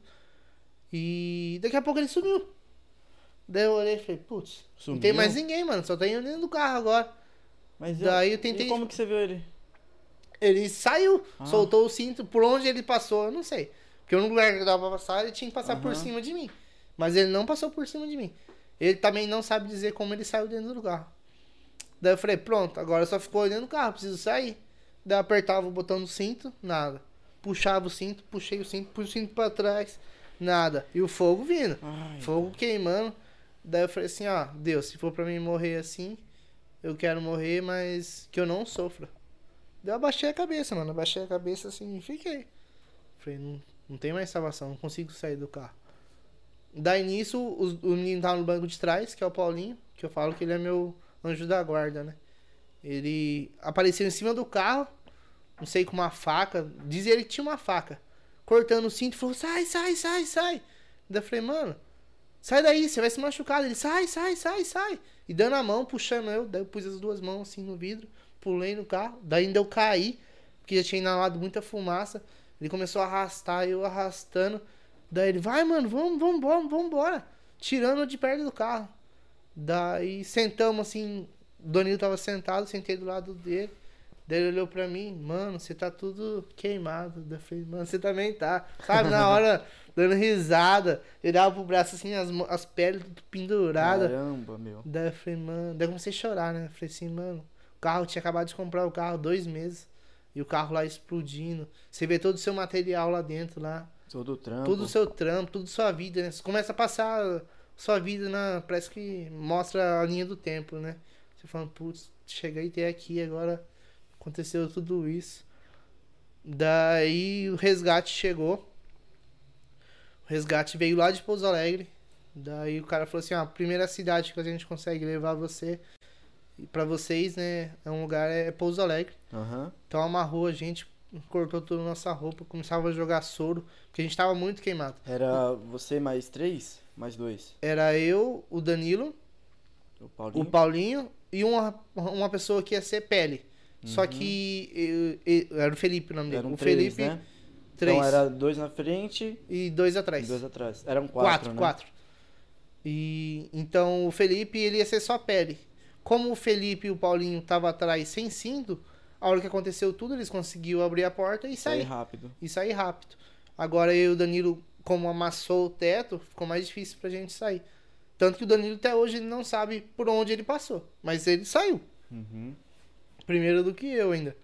E daqui a pouco ele sumiu. Daí eu olhei e falei, putz, não Sumiu? tem mais ninguém, mano, só tem eu dentro do carro agora. Mas Daí eu tentei- E como que você viu ele? Ele saiu, Ah. soltou o cinto, por onde ele passou, eu não sei. Porque o único lugar que dava pra passar, ele tinha que passar por Aham. cima de mim. Mas ele não passou por cima de mim. Ele também não sabe dizer como ele saiu dentro do carro. Daí eu falei, pronto, agora só ficou dentro do carro, preciso sair. Daí eu apertava o botão do cinto, nada. Puxava o cinto, puxei o cinto, pus o cinto pra trás, nada. E o fogo vindo, Ai, fogo queimando. Daí eu falei assim, ó, Deus, se for pra mim morrer assim, eu quero morrer, mas que eu não sofra. Daí eu abaixei a cabeça, mano. Abaixei a cabeça assim e fiquei. Falei, não, não tem mais salvação, não consigo sair do carro. Daí nisso, os- o menino tava no banco de trás, que é o Paulinho, que eu falo que ele é meu anjo da guarda, né? Ele apareceu em cima do carro, não sei, com uma faca. Diz ele que tinha uma faca. Cortando o cinto e falou, sai, sai, sai, sai. Daí eu falei, mano, sai daí, você vai se machucar. Ele, sai, sai, sai, sai. E dando a mão, puxando eu. Daí eu pus as duas mãos assim no vidro, pulei no carro. Daí ainda eu caí, porque já tinha inalado muita fumaça. Ele começou a arrastar, eu arrastando. Daí ele, vai, mano, vamos, vamos, vamos, vamos embora. Tirando eu de perto do carro. Daí sentamos assim, o Danilo tava sentado, sentei do lado dele. Daí ele olhou pra mim, mano, você tá tudo queimado. Daí eu falei, mano, você também tá. Sabe, na hora, dando risada. Ele dava pro braço assim, as, mo- as peles tudo penduradas. caramba, meu. Daí eu falei, mano, daí eu comecei a chorar, né? Eu falei assim, mano, o carro, tinha acabado de comprar o carro dois meses. E o carro lá explodindo. Você vê todo o seu material lá dentro, lá. Todo o trampo. Tudo o seu trampo, tudo sua vida, né? Você começa a passar sua vida na. Parece que mostra a linha do tempo, né? Você falando, putz, cheguei até aqui, agora aconteceu tudo isso. Daí o resgate chegou. O resgate veio lá de Pouso Alegre. Daí o cara falou assim, ó, a primeira cidade que a gente consegue levar você e pra vocês, né, é um lugar, é Pouso Alegre. Aham. Então amarrou a gente, cortou toda a nossa roupa, começava a jogar soro, porque a gente tava muito queimado. Era você mais três? Mais dois? Era eu, o Danilo, O Paulinho? o Paulinho e uma, uma pessoa que ia ser pele. Só Uhum. que eu- eu- era o Felipe o nome dele. Eram o três, Felipe, né? três. Então era dois na frente E dois e atrás. dois atrás. Eram Quatro, quatro, né? quatro. E então o Felipe, ele ia ser só pele. Como o Felipe e o Paulinho estavam atrás sem cinto, A hora que aconteceu tudo, eles conseguiram abrir a porta e Sai sair. rápido. E sair rápido. Agora eu e o Danilo, como amassou o teto, ficou mais difícil pra gente sair. Tanto que o Danilo até hoje ele não sabe por onde ele passou. Mas ele saiu. Uhum. Primeiro do que eu ainda.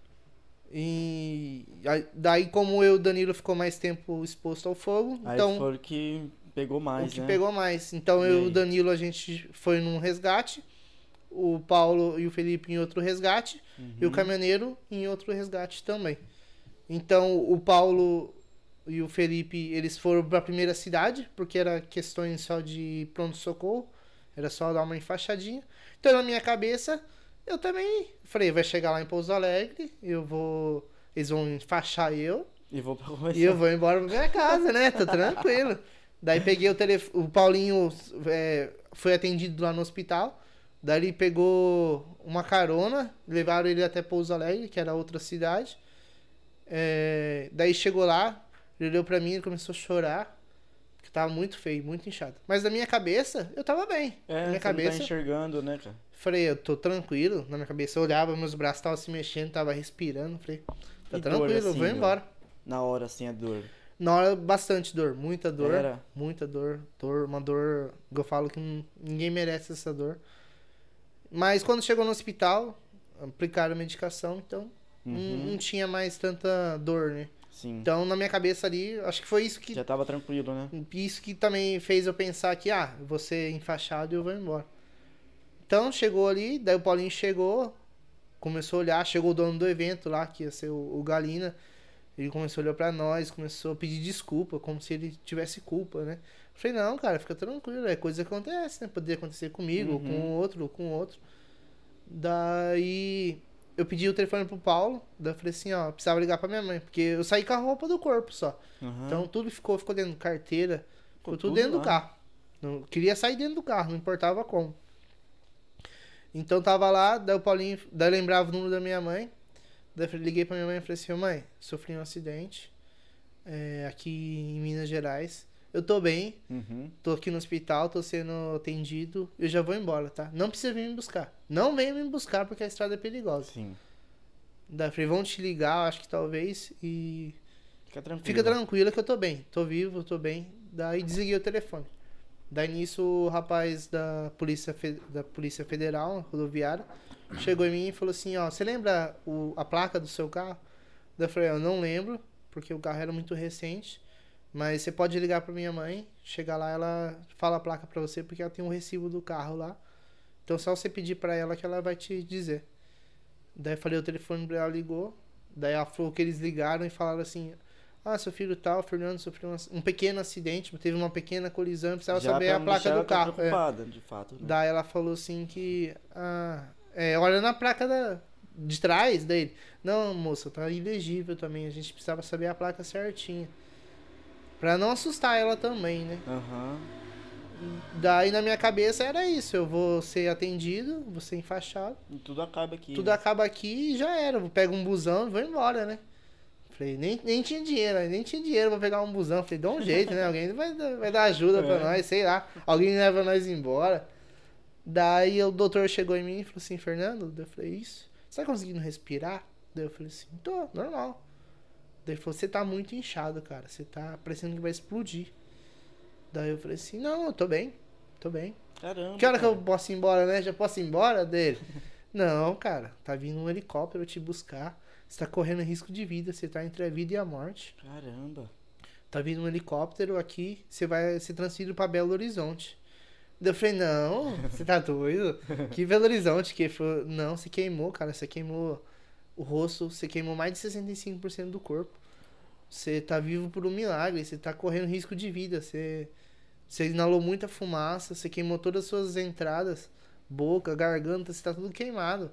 E aí- daí como eu e o Danilo ficou mais tempo exposto ao fogo, Aí então foi o que pegou o mais, que né? pegou mais. Então E eu e aí? o Danilo a gente foi num resgate, o Paulo e o Felipe em outro resgate e o Uhum. caminhoneiro em outro resgate também. Então o Paulo e o Felipe, eles foram para a primeira cidade, porque era questões só de pronto-socorro, era só dar uma enfaixadinha. Então na minha cabeça, eu também falei, vai chegar lá em Pouso Alegre, eu vou, eles vão enfaixar eu E vou pra começar. e eu vou embora pra minha casa, né? Tô tranquilo. Daí peguei o telefone, o Paulinho é, foi atendido lá no hospital. Daí ele pegou uma carona, levaram ele até Pouso Alegre, que era outra cidade. É, daí chegou lá, ele olhou pra mim e começou a chorar, porque tava muito feio, muito inchado. Mas na minha cabeça, eu tava bem. É, na minha você cabeça, não tá enxergando, né, cara? falei, eu tô tranquilo. Na minha cabeça, eu olhava, meus braços estavam se mexendo, tava respirando. Falei, tá E dor, tranquilo, eu assim, vou meu? embora. Na hora, assim, a dor. Na hora, bastante dor, muita dor. Era? Muita dor, dor, uma dor que eu falo que n- ninguém merece essa dor. Mas quando chegou no hospital, aplicaram a medicação, então não, Uhum. não tinha mais tanta dor, né? Sim. Então na minha cabeça ali, acho que foi isso que, Já tava tranquilo, né? isso que também fez eu pensar que, ah, eu vou ser enfaixado e eu vou embora. Então chegou ali, daí o Paulinho chegou, começou a olhar, chegou o dono do evento lá, que ia ser o, o Galina. Ele começou a olhar pra nós, começou a pedir desculpa, como se ele tivesse culpa, né? Eu falei, não, cara, fica tranquilo, é coisa que acontece, né? Poderia acontecer comigo, ou com Uhum. o outro, ou com o outro. Daí eu pedi o telefone pro Paulo, daí eu falei assim, ó, eu precisava ligar pra minha mãe, porque eu saí com a roupa do corpo só. Uhum. Então tudo ficou, ficou dentro, carteira, ficou tudo tudo dentro do lá. carro. Não, queria sair dentro do carro, não importava como. Então tava lá, daí o Paulinho, daí eu lembrava o número da minha mãe. Daí eu liguei pra minha mãe e falei assim, mãe, sofri um acidente é, aqui em Minas Gerais. Eu tô bem, Uhum. tô aqui no hospital, tô sendo atendido, eu já vou embora, tá? Não precisa vir me buscar. Não venha me buscar porque a estrada é perigosa. Sim. Daí eu falei, vão te ligar, acho que talvez, e Fica tranquilo. fica tranquila que eu tô bem, tô vivo, tô bem. Daí desliguei o telefone. Daí nisso o rapaz da Polícia, Fe- da Polícia Federal, rodoviária, chegou em mim e falou assim, ó, você lembra o, a placa do seu carro? Daí eu falei, eu não lembro, porque o carro era muito recente, mas você pode ligar pra minha mãe, chegar lá, ela fala a placa pra você, porque ela tem um recibo do carro lá. Então só você pedir pra ela que ela vai te dizer. Daí eu falei o telefone pra ela, ligou, daí ela falou que eles ligaram e falaram assim, ah, seu filho tal, o Fernando sofreu um, um pequeno acidente, teve uma pequena colisão, precisava Já saber pra a não placa deixar do ela tão carro. É. preocupada, de fato. Né? Daí ela falou assim que. Ah, é, olha na placa da, de trás dele. Não, moça, tá ilegível também. A gente precisava saber a placa certinha. Pra não assustar ela também, né? Aham. Daí na minha cabeça era isso. Eu vou ser atendido, vou ser enfaixado. E tudo acaba aqui. Tudo né? acaba aqui e já era. Eu pego um busão e vou embora, né? Falei, nem, nem tinha dinheiro, nem tinha dinheiro pra pegar um busão. Falei, dá um jeito, né? Alguém vai, dar- vai dar ajuda pra É. nós, sei lá. Alguém leva nós embora. Daí o doutor chegou em mim e falou assim, Fernando, daí eu falei, isso? Você tá conseguindo respirar? Daí eu falei assim, tô, normal. Daí ele falou, você tá muito inchado, cara. Você tá parecendo que vai explodir. Daí eu falei assim, não, eu tô bem, tô bem. Caramba. Que hora que cara. eu posso ir embora, né? Já posso ir embora dele? Não, cara, tá vindo um helicóptero te buscar. Você tá correndo risco de vida, você tá entre a vida e a morte. Caramba. Tá vindo um helicóptero aqui, você vai ser transferido pra Belo Horizonte. Daí eu falei, não, você tá doido? Que Belo Horizonte? Que ele falou, não, você queimou, cara, você queimou o rosto, você queimou mais de sessenta e cinco por cento do corpo. Você tá vivo por um milagre, você tá correndo risco de vida, você, você inalou muita fumaça, você queimou todas as suas entradas, boca, garganta, você tá tudo queimado.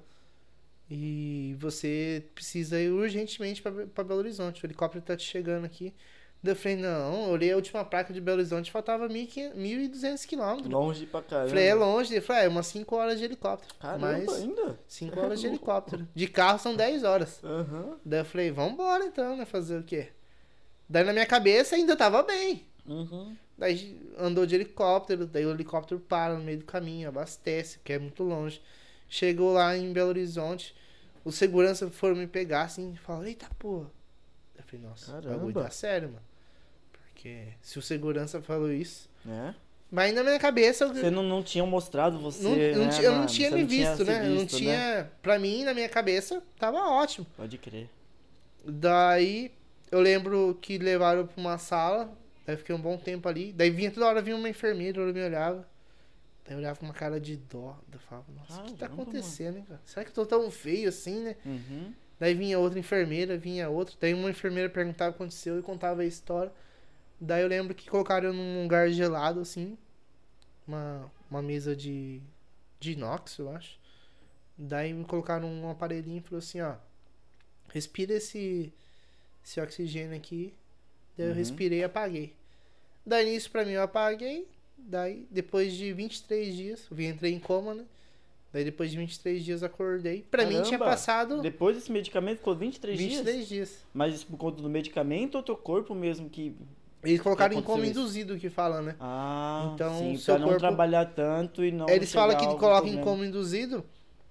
E você precisa ir urgentemente pra, pra Belo Horizonte, o helicóptero tá te chegando aqui. Daí eu falei, não, eu olhei a última placa de Belo Horizonte, faltava mil e duzentos quilômetros. Longe pra caramba. Falei, é longe. Ele falou, é umas cinco horas de helicóptero. Caramba, Mas ainda? cinco horas de helicóptero. De carro são dez horas. Aham. Daí eu falei, vambora então, né? Fazer o quê? Daí na minha cabeça ainda tava bem. Uhum. Daí andou de helicóptero, daí o helicóptero para no meio do caminho, abastece, porque é muito longe. Chegou lá em Belo Horizonte, os seguranças foram me pegar assim e falaram, eita porra. Eu falei, nossa, o bagulho Caramba. tá sério, mano. Porque se o segurança falou isso. É? Mas ainda na minha cabeça. Eu, Você não, não tinha mostrado você. não, eu, não né, ti- eu não mano? tinha Você me não tinha visto, se né? Eu não visto, tinha. Pra mim, na minha cabeça, tava ótimo. Pode crer. Daí eu lembro que levaram pra uma sala. Daí eu fiquei um bom tempo ali. Daí vinha toda hora vinha uma enfermeira, ela me olhava. Daí eu olhava com uma cara de dó. Daí eu falava, nossa, o que tá Caramba, acontecendo, hein, cara? Será que eu tô tão feio assim, né? Uhum. Daí vinha outra enfermeira, vinha outra. Daí uma enfermeira perguntava o que aconteceu e contava a história. Daí eu lembro que colocaram eu num lugar gelado, assim. Uma, uma mesa de, de inox, eu acho. Daí me colocaram um aparelhinho e falou assim, ó. Respira esse, esse oxigênio aqui. Daí eu Uhum. respirei e apaguei. Daí nisso pra mim eu apaguei. Daí depois de vinte e três dias, eu entrei em coma, né? Daí depois de vinte e três dias eu acordei. Pra mim tinha Caramba. passado Depois desse medicamento ficou vinte e três vinte e dias? três dias. Mas isso por conta do medicamento ou teu corpo mesmo que. Eles colocaram em aconteceu coma isso? induzido, que fala, né? Ah, Então, sim, seu pra não corpo- trabalhar tanto e não. Eles falam chegar que a algum colocam em problema. coma induzido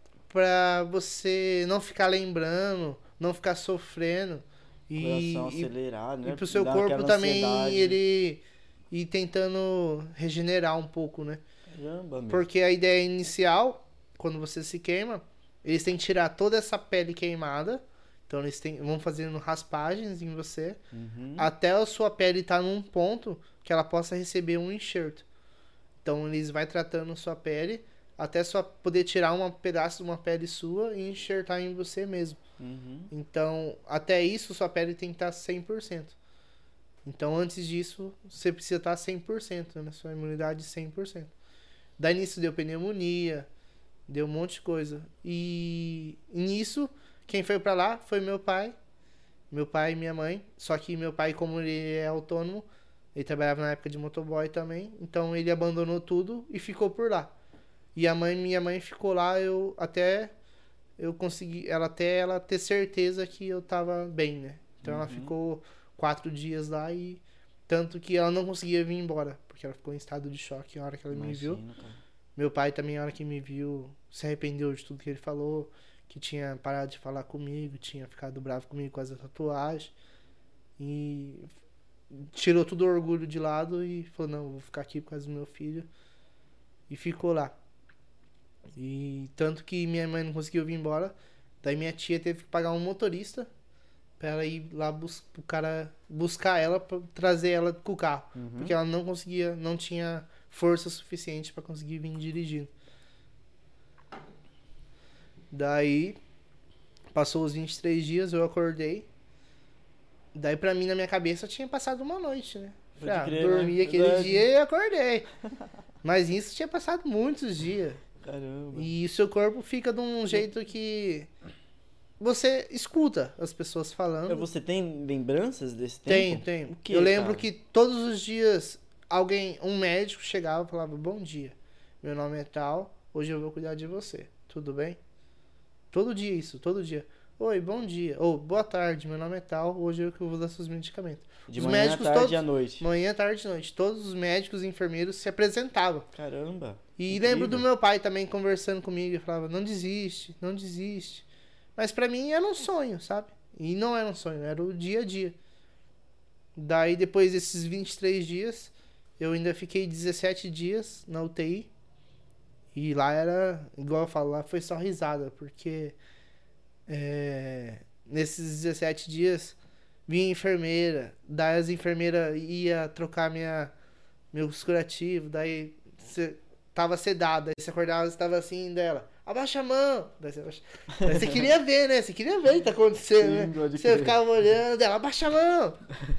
pra você não ficar lembrando, não ficar sofrendo. E, Coração e, acelerado, né? e pro seu Dá corpo aquela também ansiedade. ele ir tentando regenerar um pouco, né? Caramba, meu. Porque a ideia inicial, quando você se queima, eles têm que tirar toda essa pele queimada. Então eles têm, vão fazendo raspagens em você. Uhum. Até a sua pele estar num ponto que ela possa receber um enxerto. Então eles vai tratando sua pele até só poder tirar um pedaço de uma pele sua e enxertar em você mesmo. Uhum. Então, até isso sua pele tem que estar cem por cento. Então, antes disso, você precisa estar cem por cento, né? Sua imunidade cem por cento. Daí nisso deu pneumonia, deu um monte de coisa. E nisso, quem foi pra lá foi meu pai, meu pai e minha mãe. Só que meu pai, como ele é autônomo, ele trabalhava na época de motoboy também, então ele abandonou tudo e ficou por lá. E a mãe, minha mãe ficou lá, eu até eu consegui, ela até ela ter certeza que eu tava bem, né? Então ela Uhum. ficou quatro dias lá e tanto que ela não conseguia vir embora, porque ela ficou em estado de choque na hora que ela me viu. Imagino, cara. Meu pai também, na hora que me viu, se arrependeu de tudo que ele falou, que tinha parado de falar comigo, tinha ficado bravo comigo com as tatuagens. E tirou todo o orgulho de lado e falou, não, eu vou ficar aqui por causa do meu filho. E ficou lá. E tanto que minha mãe não conseguiu vir embora. Daí minha tia teve que pagar um motorista pra ela ir lá bus o cara buscar ela pra trazer ela com o carro. Uhum. Porque ela não conseguia, não tinha força suficiente pra conseguir vir dirigindo. Daí passou os vinte e três dias, eu acordei. Daí pra mim, na minha cabeça, tinha passado uma noite, né? Pode Falei, ah, crer, dormi né? aquele Verdade. dia e acordei. Mas isso tinha passado muitos dias. Caramba. E o seu corpo fica de um jeito que você escuta as pessoas falando. Você tem lembranças desse Tem, tempo? tem. O quê, Eu lembro cara? que todos os dias alguém, um médico chegava e falava, bom dia, meu nome é tal, hoje eu vou cuidar de você, tudo bem? Todo dia isso, todo dia. Oi, bom dia. Ou, boa tarde, meu nome é tal, hoje eu que vou dar seus medicamentos. De os manhã, médicos tarde todos- e à noite. Manhã, tarde e noite. Todos os médicos e enfermeiros se apresentavam. Caramba. E incrível. lembro do meu pai também conversando comigo e falava, não desiste, não desiste. Mas pra mim era um sonho, sabe? E não era um sonho, era o dia a dia. Daí depois desses vinte e três dias, eu ainda fiquei dezessete dias na U T I. E lá era, igual eu falo, lá foi só risada, porque é, nesses dezessete dias vinha enfermeira, daí as enfermeiras ia trocar minha, meus curativos, daí você tava sedado, aí você acordava, você tava assim dela, abaixa a mão, daí você, abaixa... daí você queria ver, né, você queria ver o que tá acontecendo, Sim, né, pode você crer. ficava olhando dela, abaixa a mão,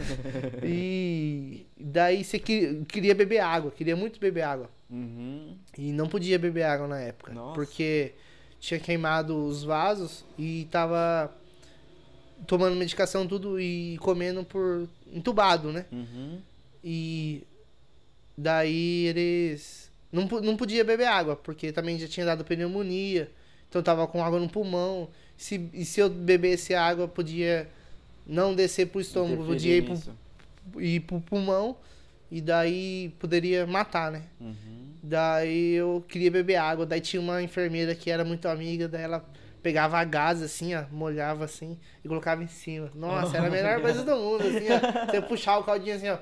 e daí você que- queria beber água, queria muito beber água, Uhum. e não podia beber água na época, Nossa. porque tinha queimado os vasos e tava tomando medicação tudo e comendo por entubado, né? Uhum. E daí eles não, po- não podia beber água, porque também já tinha dado pneumonia, então tava com água no pulmão. Se, e se eu bebesse água, podia não descer pro estômago, podia ir pro, Interferir ir pro pulmão e daí poderia matar, né? nisso. Uhum. Daí eu queria beber água, daí tinha uma enfermeira que era muito amiga, daí ela pegava a gás assim, ó, molhava assim e colocava em cima. Nossa, era a melhor coisa do mundo, assim, ó. Você puxar o caldinho assim, ó.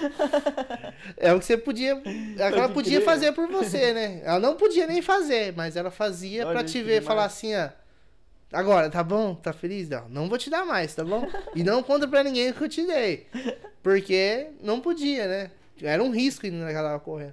É o que você podia. É o que ela podia fazer por você, né? Ela não podia nem fazer, mas ela fazia pra te ver falar assim, ó. Agora, tá bom? Tá feliz? Não, não vou te dar mais, tá bom? E não conta pra ninguém o que eu te dei. Porque não podia, né? Era um risco ainda que ela tava correndo.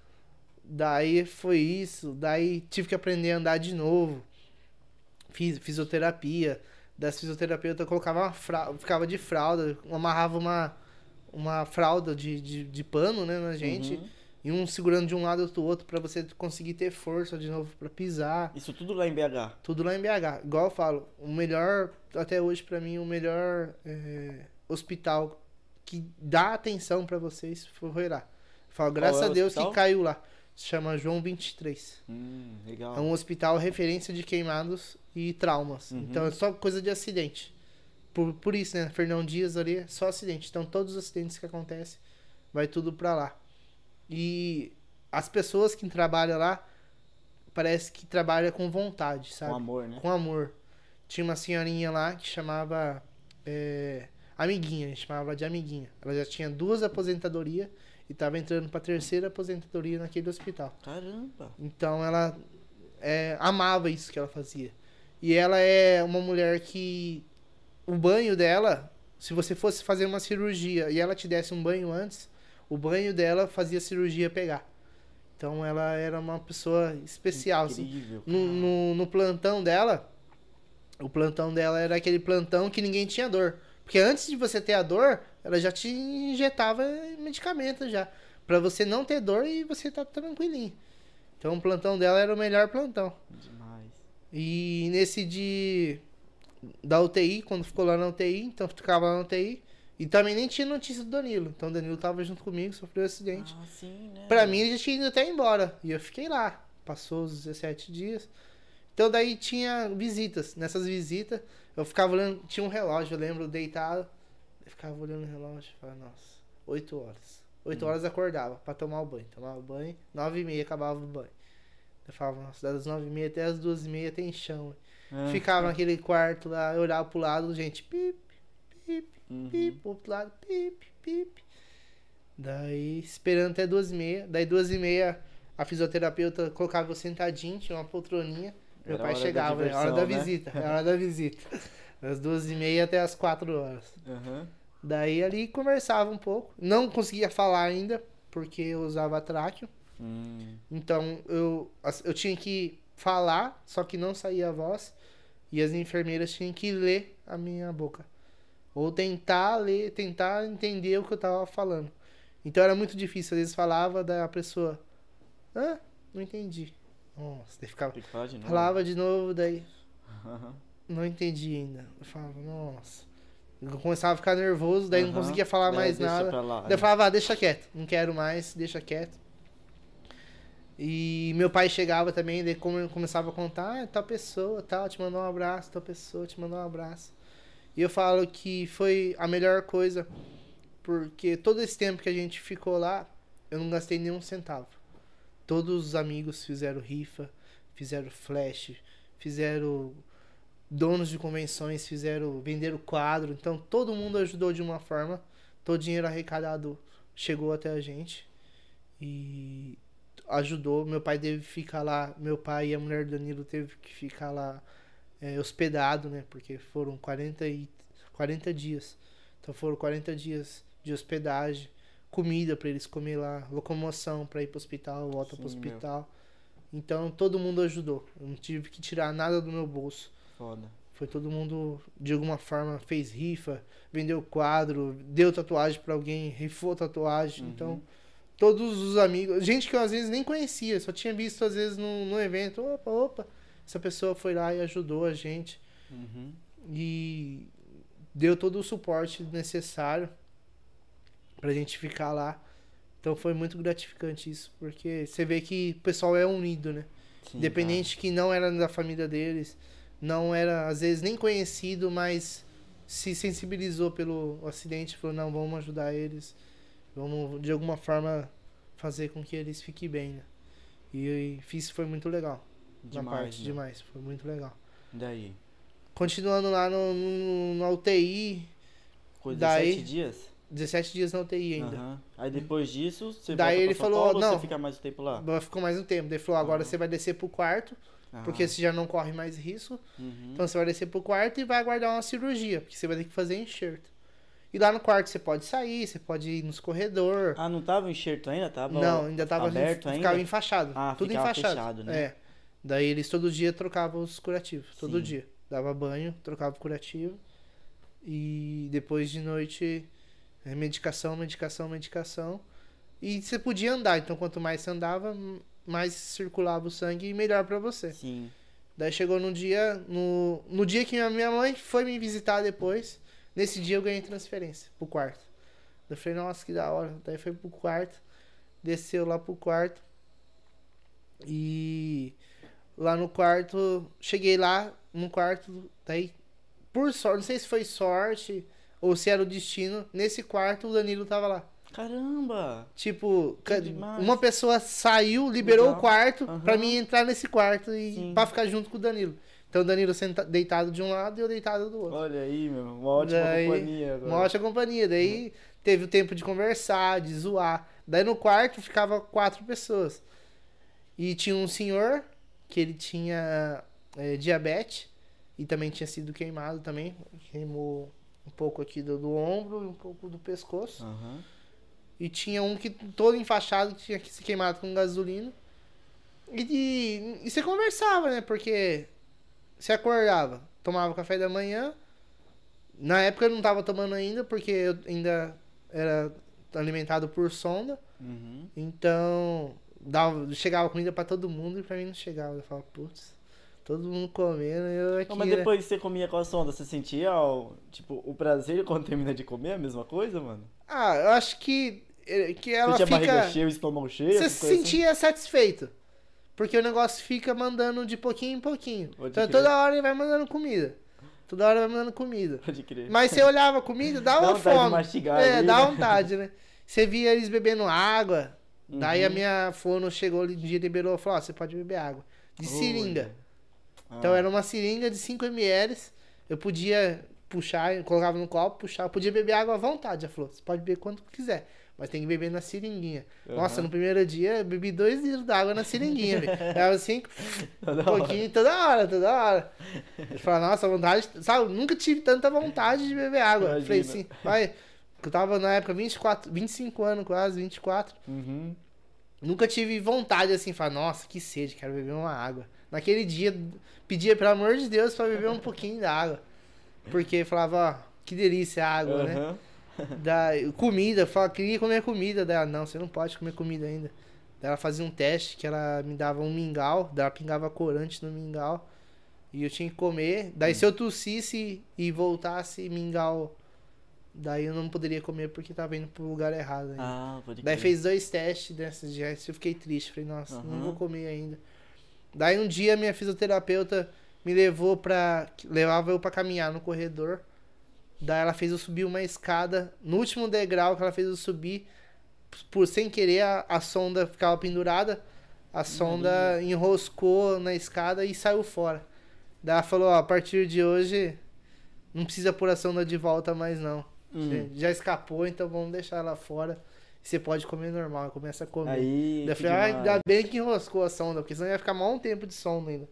Daí foi isso. Daí tive que aprender a andar de novo. Fiz fisioterapia. Das fisioterapeutas eu colocava uma fralda, ficava de fralda, amarrava uma, uma fralda de, de, de pano, né, na gente. Uhum. E um segurando de um lado do outro pra você conseguir ter força de novo pra pisar. Isso tudo lá em B H? Tudo lá em B H. Igual eu falo, o melhor, até hoje pra mim, o melhor é, hospital que dá atenção pra vocês foi lá. Eu falo, graças é a Deus hospital? Que caiu lá. Se chama João vinte e três. Hum, legal. É um hospital referência de queimados e traumas. Uhum. Então é só coisa de acidente. Por, por isso, né? Fernão Dias ali é só acidente. Então todos os acidentes que acontecem, vai tudo pra lá. E as pessoas que trabalham lá, parece que trabalham com vontade, sabe? Com amor, né? Com amor. Tinha uma senhorinha lá que chamava é, Amiguinha, a gente chamava de Amiguinha. Ela já tinha duas aposentadorias e tava entrando pra terceira aposentadoria naquele hospital. Caramba! Então ela é, amava isso que ela fazia. E ela é uma mulher que o banho dela, se você fosse fazer uma cirurgia e ela te desse um banho antes, o banho dela fazia a cirurgia pegar. Então ela era uma pessoa especial. Incrível, assim. No, no, no plantão dela, o plantão dela era aquele plantão que ninguém tinha dor. Porque antes de você ter a dor, ela já te injetava medicamento já. Pra você não ter dor e você tá tranquilinho. Então o plantão dela era o melhor plantão. Demais. E nesse de... da U T I, quando ficou lá na U T I, então ficava lá na U T I. E também nem tinha notícia do Danilo. Então o Danilo tava junto comigo, sofreu um acidente. Ah, sim, né? Pra mim ele já tinha ido até embora. E eu fiquei lá. Passou os dezessete dias. Então daí tinha visitas. Nessas visitas, eu ficava olhando. Tinha um relógio, eu lembro, deitado. Eu ficava olhando o relógio e falava, nossa, oito horas. Oito hum. horas eu acordava pra tomar o banho. Tomava o banho, nove e meia acabava o banho. Eu falava, nossa, das nove e meia até as duas e meia tem chão. Ah, ficava é. naquele quarto lá, eu olhava pro lado, gente, pip, pip, uhum. pip, pro outro lado, pip, pip. Daí, esperando até duas e meia. Daí, duas e meia, a fisioterapeuta colocava eu sentadinho, tinha uma poltroninha. Meu Era pai chegava, é hora da né? visita, é hora da visita. Das duas e meia até as quatro horas. Uhum. Daí, ali, conversava um pouco. Não conseguia falar ainda, porque eu usava tráqueo. Hum. Então, eu, eu tinha que falar, só que não saía a voz. E as enfermeiras tinham que ler a minha boca. Ou tentar ler, tentar entender o que eu tava falando. Então era muito difícil. Às vezes falava da pessoa, ah, não entendi. Nossa, daí ficava. Tem que falar de novo. Falava de novo, daí. Uhum. Não entendi ainda. Eu falava, nossa. Eu começava a ficar nervoso, daí uhum. não conseguia falar daí mais nada. Lá, daí eu falava, ah, deixa quieto, não quero mais, deixa quieto. E meu pai chegava também, daí começava a contar, ah, tal pessoa, tal, te mandou um abraço, tal pessoa, te mandou um abraço. E eu falo que foi a melhor coisa, porque todo esse tempo que a gente ficou lá, eu não gastei nenhum centavo. Todos os amigos fizeram rifa, fizeram flash, fizeram donos de convenções, fizeram, venderam quadro. Então todo mundo ajudou de uma forma, todo o dinheiro arrecadado chegou até a gente. E ajudou, meu pai teve que ficar lá, meu pai e a mulher do Danilo teve que ficar lá é, hospedado, né, porque foram quarenta, e, quarenta dias, então foram quarenta dias de hospedagem, comida para eles comer lá, locomoção para ir pro hospital, volta Sim, pro hospital, meu. Então todo mundo ajudou, eu não tive que tirar nada do meu bolso. Foda. Foi todo mundo, de alguma forma, fez rifa, vendeu quadro, deu tatuagem para alguém, rifou tatuagem, uhum. Então todos os amigos, gente que eu às vezes nem conhecia, só tinha visto às vezes no, no evento, opa, opa, essa pessoa foi lá e ajudou a gente. Uhum. E deu todo o suporte necessário pra gente ficar lá. Então foi muito gratificante isso, porque você vê que o pessoal é unido, né? Sim, independente tá. Que não era da família deles, não era às vezes nem conhecido, mas se sensibilizou pelo acidente, falou, não, vamos ajudar eles. Vamos, de alguma forma, fazer com que eles fiquem bem, né? E, e isso foi muito legal. Demais, na parte, né? demais. Foi muito legal. Daí? Continuando lá no, no, na U T I. Ficou Daí- dezessete dias? dezessete dias na U T I ainda. Aham. Aí depois disso, você Daí volta ele pra São falou, Paulo ou não. você fica mais um tempo lá? Ficou mais um tempo. Daí ele falou, agora Ah. você vai descer pro quarto, porque Ah. você já não corre mais risco. Uhum. Então você vai descer pro quarto e vai aguardar uma cirurgia, porque você vai ter que fazer enxerto. E lá no quarto você pode sair, você pode ir nos corredores. Ah, não tava o enxerto ainda? Tava Não, ainda tava aberto ainda? ficava enfaixado. Ah, tudo ficava enfaixado. fechado, né? É. Daí eles todo dia trocavam os curativos, todo Sim. dia. Dava banho, trocava o curativo. E depois de noite, é, medicação, medicação, medicação. E você podia andar, então quanto mais você andava, mais circulava o sangue e melhor pra você. Sim. Daí chegou no dia, no, no dia que a minha mãe foi me visitar depois, nesse dia eu ganhei transferência pro quarto. Eu falei, nossa, que da hora. Daí foi pro quarto, desceu lá pro quarto. E lá no quarto, cheguei lá no quarto, daí, por sorte, não sei se foi sorte ou se era o destino, nesse quarto o Danilo tava lá. Caramba! Tipo, Que ca- demais. uma pessoa saiu, liberou Legal. o quarto Aham. pra mim entrar nesse quarto e Sim. pra ficar junto com o Danilo. Então o Danilo senta, deitado de um lado e eu deitado do outro. Olha aí, meu. Uma ótima Daí- companhia agora. Uma ótima companhia. Daí teve o tempo de conversar, de zoar. Daí no quarto ficava quatro pessoas. E tinha um senhor que ele tinha é, diabetes e também tinha sido queimado também. Queimou um pouco aqui do, do ombro e um pouco do pescoço. Aham. E tinha um que todo enfaixado que tinha que se queimado com gasolina. E, e, e você conversava, né? Porque você acordava, tomava café da manhã. Na época eu não tava tomando ainda, porque eu ainda era alimentado por sonda. Uhum. Então, dava, chegava comida pra todo mundo e pra mim não chegava. Eu falava, putz, todo mundo comendo e eu aqui, Não, mas né? depois que você comia com a sonda, você sentia o, tipo, o prazer quando termina de comer? A mesma coisa, mano? Ah, eu acho que, eh, que ela você tinha fica... barriga cheia, o estômago cheio? Você essas se coisas assim? sentia satisfeito. Porque o negócio fica mandando de pouquinho em pouquinho. Pode Então crer. toda hora ele vai mandando comida. Toda hora vai mandando comida. Pode crer. Mas você olhava a comida, dava Dá uma vontade de fome. mastigar É, ali, dá né? vontade, né? Você via eles bebendo água. Daí a Uhum. minha fono chegou ali um dia e liberou e falou, ó, você pode beber água. De seringa. Ah. Então era uma seringa de cinco mililitros. Eu podia puxar, eu colocava no copo, puxar. Eu podia beber água à vontade. Ela falou, você pode beber quanto quiser. Mas tem que beber na seringuinha. Aham. Nossa, no primeiro dia eu bebi dois litros d'água na seringuinha, velho. Era assim, Toda um pouquinho, toda hora, toda hora. Eu falava, nossa, vontade, sabe? Nunca tive tanta vontade de beber água. Eu falei Imagina. assim, vai. Eu tava na época vinte e quatro, vinte e cinco anos quase, vinte e quatro. Uhum. Nunca tive vontade assim, falar, nossa, que sede, quero beber uma água. Naquele dia, pedia, pelo amor de Deus, pra beber um pouquinho da água. Porque falava, ó, que delícia a água, né? Aham. Da, comida, falava, queria comer comida. Daí ela, não, você não pode comer comida ainda. Daí ela fazia um teste que ela me dava um mingau, daí ela pingava corante no mingau. E eu tinha que comer. Daí Hum. se eu tossisse e voltasse mingau, daí eu não poderia comer porque tava indo pro lugar errado ainda. Ah, pode Daí crer. fez dois testes desses dias, eu fiquei triste. Falei, nossa, não Aham. vou comer ainda. Daí um dia minha fisioterapeuta me levou pra. Levava eu pra caminhar no corredor. Daí ela fez eu subir uma escada. No último degrau que ela fez eu subir, por sem querer, a, a sonda ficava pendurada. A sonda enroscou na escada e saiu fora. Daí ela falou, ó, a partir de hoje não precisa pôr a sonda de volta mais não. Hum. Já escapou, então vamos deixar ela fora. Você pode comer normal, começa a comer. Aí, Daí eu que falei, ah, demais. ainda bem que enroscou a sonda, porque senão ia ficar mal um tempo de sonda ainda.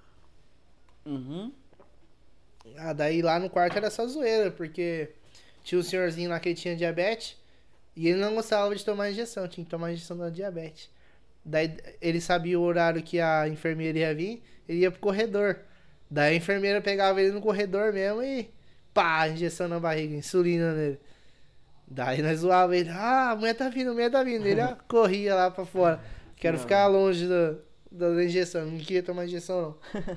Uhum. Ah, daí lá no quarto era só zoeira, porque tinha um senhorzinho lá que ele tinha diabetes e ele não gostava de tomar injeção, tinha que tomar injeção da diabetes. Daí ele sabia o horário que a enfermeira ia vir, ele ia pro corredor. Daí a enfermeira pegava ele no corredor mesmo e pá, injeção na barriga, insulina nele. Daí nós zoava ele, ah, a mulher tá vindo, a mulher tá vindo. Ele ó, corria lá pra fora. Quero Não. ficar longe da, da injeção, não queria tomar injeção não.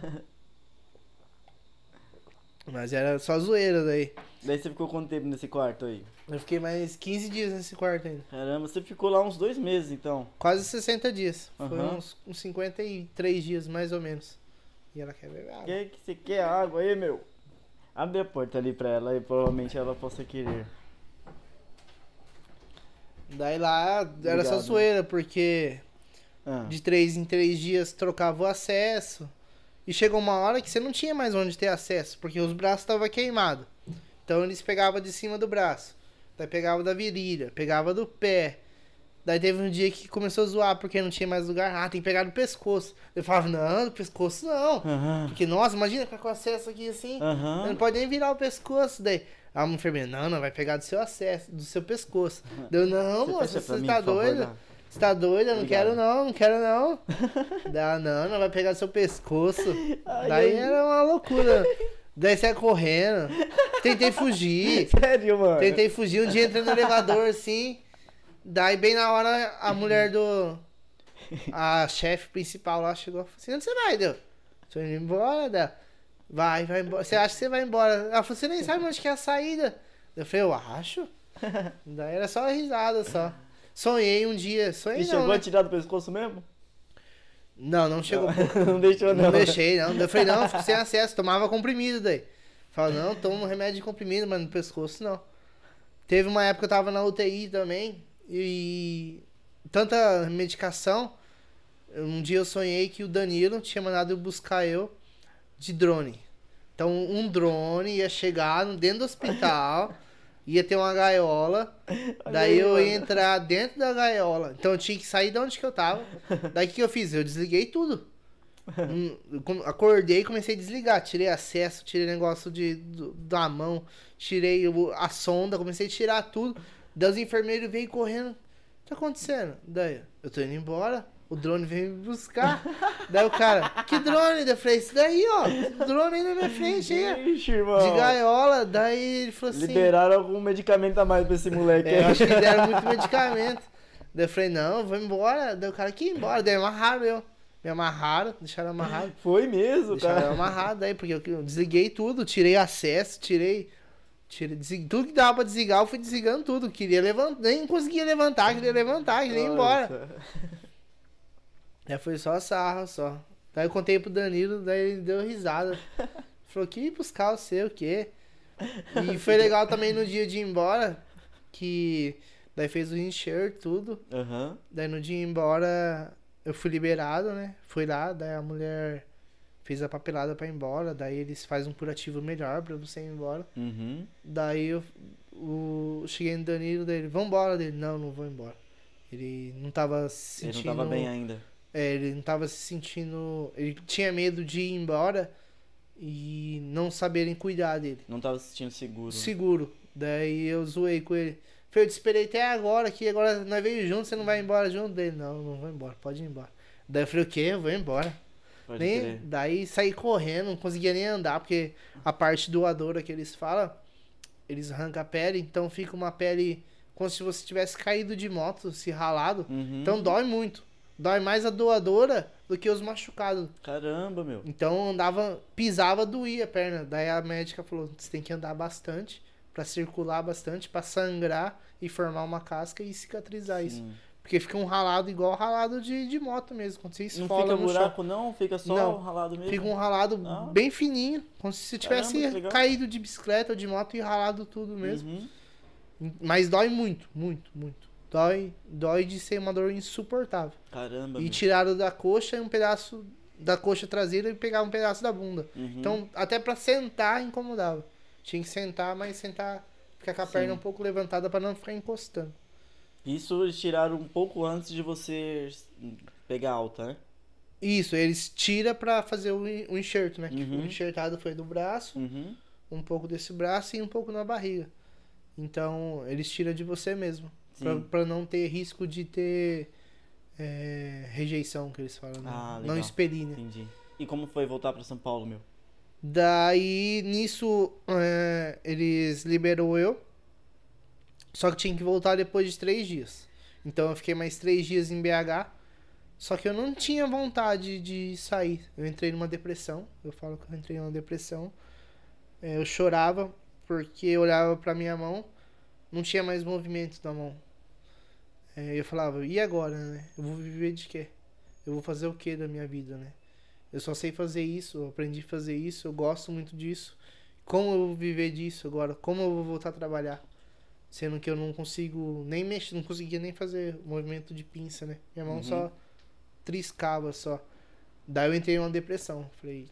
Mas era só zoeira daí. Daí você ficou quanto tempo nesse quarto aí? Eu fiquei mais quinze dias nesse quarto ainda. Caramba, você ficou lá uns dois meses, então. Quase sessenta dias. Foi Aham. uns, uns cinquenta e três dias, mais ou menos. E ela quer beber água. Que que você quer água aí, meu? Abre a porta ali pra ela e provavelmente ela possa querer. Daí lá era só Obrigado. zoeira, porque Ah. de três em três dias trocava o acesso. E chegou uma hora que você não tinha mais onde ter acesso, porque os braços estavam queimados. Então eles pegavam de cima do braço. Daí pegava da virilha, pegava do pé. Daí teve um dia que começou a zoar porque não tinha mais lugar. Ah, tem que pegar do pescoço. Eu falava, não, do pescoço não. Aham. Porque, nossa, imagina ficar com acesso aqui assim. Aham. Não pode nem virar o pescoço. Daí a enfermeira, não, não, vai pegar do seu acesso, do seu pescoço. Deu, não, Você moça, fecha pra você mim, tá por favor, doida? Dá. Você tá doida? Não Obrigado. quero não, não quero não. Dá, não, não vai pegar do seu pescoço. Ai, Daí ai. era uma loucura. Daí saia correndo. Tentei fugir. Sério, mano? Tentei fugir. Um dia entrei no elevador assim. Daí bem na hora a mulher do... A chefe principal lá chegou e falou assim, onde você vai, Deu? Tô indo embora, Deu. Vai, vai embora. Você acha que você vai embora? Ela falou, você nem sabe onde que é a saída. Eu falei, eu acho. Daí era só risada, só. Sonhei um dia. Sonhei E não, chegou né? a tirar do pescoço mesmo? Não, não chegou. Não deixou, não. Não deixei, não. Eu falei, não, fico sem acesso. Tomava comprimido daí. Falei, não, tomo um remédio de comprimido, mas no pescoço não. Teve uma época que eu tava na U T I também. E tanta medicação. Um dia eu sonhei que o Danilo tinha mandado eu buscar eu de drone. Então um drone ia chegar dentro do hospital, ia ter uma gaiola, daí aí, eu mano. ia entrar dentro da gaiola. Então eu tinha que sair de onde que eu tava. Daí o que eu fiz? Eu desliguei tudo. Hum, eu com- Acordei e comecei a desligar. Tirei acesso, tirei negócio de, do- da mão, tirei o- a sonda, comecei a tirar tudo. Daí os enfermeiros veio correndo. O que tá acontecendo? Daí, eu tô indo embora. O drone veio me buscar. Daí o cara, que drone? Daí eu falei, isso daí, ó. Esse drone aí na minha frente, aí, ó. Ixi, irmão. De gaiola. Daí ele falou assim. Liberaram algum medicamento a mais pra esse moleque É, eu aí. acho que deram muito medicamento. Daí eu falei, não, eu vou embora. Daí o cara, que ir embora? Daí amarraram eu. Me amarraram, deixaram amarrado. Foi mesmo, Deixaram eu cara. amarrado aí, porque eu eu desliguei tudo, tirei acesso, tirei. tirei deslig- tudo que dava pra desligar, eu fui desligando tudo. Queria levantar, nem conseguia levantar, queria levantar, queria ir embora. Nossa. Daí foi só sarra, só. Daí eu contei pro Danilo, daí ele deu risada. Falou que ia buscar o seu, o quê? E foi legal também no dia de ir embora, que daí fez o enxerto, tudo. Aham. Daí no dia de ir embora, eu fui liberado, né? Fui lá, daí a mulher fez a papelada pra ir embora, daí eles fazem um curativo melhor pra você ir embora. Uhum. Daí eu o, cheguei no Danilo, dele, vambora dele. Não, não vou embora. Ele não tava se Ele sentindo... não tava bem ainda. É, ele não tava se sentindo... Ele tinha medo de ir embora e não saberem cuidar dele. Não tava se sentindo seguro. Seguro. Daí eu zoei com ele. Falei, eu te esperei até agora, que agora nós veio junto, você não vai embora junto dele? Não, não vou embora, pode ir embora. Daí eu falei, o quê? Eu vou embora. Pode Nem, crer. daí saí correndo, não conseguia nem andar, porque a parte doadora que eles falam, eles arrancam a pele, então fica uma pele como se você tivesse caído de moto, se ralado. Uhum. Então dói muito. Dói mais a doadora do que os machucados. Caramba, meu. Então andava, pisava, doía a perna. Daí a médica falou, você tem que andar bastante, pra circular bastante, pra sangrar e formar uma casca e cicatrizar isso. Sim. Porque fica um ralado igual ralado de, de moto mesmo, quando você Não esfola fica no chão. buraco, não? Fica só Não. ralado mesmo? Fica um ralado Ah. bem fininho, como se você Caramba, tivesse que legal. caído de bicicleta ou de moto e ralado tudo mesmo. Uhum. Mas dói muito, muito, muito. Dói, dói de ser uma dor insuportável. Caramba, E meu. tiraram da coxa um pedaço da coxa traseira e pegavam um pedaço da bunda. Uhum. Então, até pra sentar incomodava. Tinha que sentar, mas sentar, ficar com a Sim. perna um pouco levantada pra não ficar encostando. Isso eles tiraram um pouco antes de você pegar alta, né? Isso, eles tiram pra fazer o, en- o enxerto, né? Que Uhum. o enxertado foi do braço, Uhum. um pouco desse braço e um pouco na barriga. Então, eles tiram de você mesmo. Pra, Sim. pra não ter risco de ter é, rejeição, que eles falam. Né? Ah, Não legal. expelir, né? Entendi. E como foi voltar pra São Paulo, meu? Daí, nisso, é, eles liberou eu. Só que tinha que voltar depois de três dias. Então, eu fiquei mais três dias em B H. Só que eu não tinha vontade de sair. Eu entrei numa depressão. Eu falo que eu entrei numa depressão. É, eu chorava porque eu olhava pra minha mão. Não tinha mais movimento na mão. É, eu falava, e agora, né? Eu vou viver de quê? Eu vou fazer o que da minha vida, né? Eu só sei fazer isso, eu aprendi a fazer isso, eu gosto muito disso. Como eu vou viver disso agora? Como eu vou voltar a trabalhar? Sendo que eu não consigo nem mexer, não conseguia nem fazer movimento de pinça, né? Minha mão Uhum. só triscava só. Daí eu entrei em uma depressão. Falei,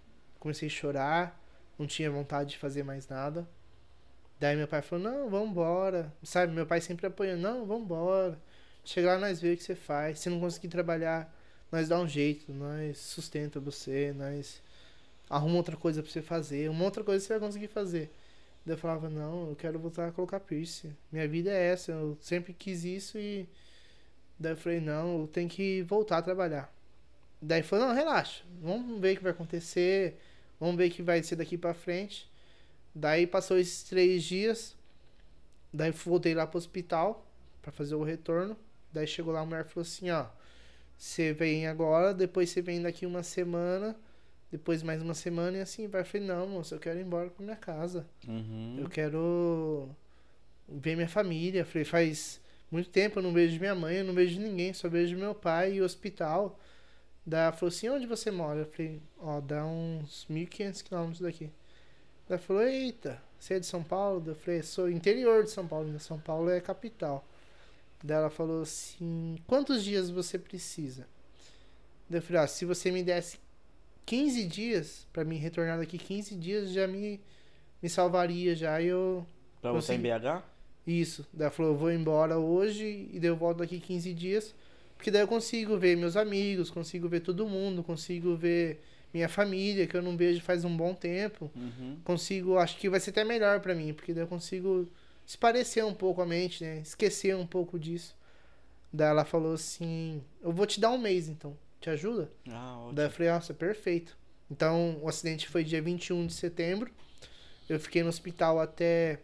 comecei a chorar, não tinha vontade de fazer mais nada. Daí meu pai falou, não, vambora. Sabe, meu pai sempre apoiando, não, vambora. Chega lá, nós vemos o que você faz. Se não conseguir trabalhar, nós dá um jeito, nós sustenta você, nós arruma outra coisa pra você fazer, uma outra coisa você vai conseguir fazer. Daí eu falava, não, eu quero voltar a colocar piercing. Minha vida é essa, eu sempre quis isso e... Daí eu falei, não, eu tenho que voltar a trabalhar. Daí ele falou, não, relaxa, vamos ver o que vai acontecer, vamos ver o que vai ser daqui pra frente. Daí passou esses três dias, daí voltei lá pro hospital pra fazer o retorno. Daí chegou lá, a mulher falou assim, ó, você vem agora, depois você vem daqui uma semana, depois mais uma semana e assim vai. Eu falei, não, moça, eu quero ir embora pra minha casa. Uhum. Eu quero ver minha família. Eu falei, faz muito tempo eu não vejo minha mãe, eu não vejo ninguém, só vejo meu pai e o hospital. Daí ela falou assim, onde você mora? Eu falei, ó, dá uns mil e quinhentos quilômetros daqui. Daí ela falou, eita, você é de São Paulo? Eu falei, sou interior de São Paulo, São Paulo é capital. Daí ela falou assim, quantos dias você precisa? Daí eu falei, ah, se você me desse quinze dias, pra mim retornar daqui quinze dias, já me, me salvaria já e eu... Pra você consegui... em B H? Isso. Daí ela falou, eu vou embora hoje e daí eu volto daqui quinze dias, porque daí eu consigo ver meus amigos, consigo ver todo mundo, consigo ver minha família, que eu não vejo faz um bom tempo. Uhum. Consigo, acho que vai ser até melhor pra mim, porque daí eu consigo esparecer um pouco a mente, né? Esquecer um pouco disso. Daí ela falou assim, eu vou te dar um mês então, te ajuda? Ah, ótimo. Daí eu falei, nossa, perfeito. Então o acidente foi dia vinte e um de setembro, eu fiquei no hospital até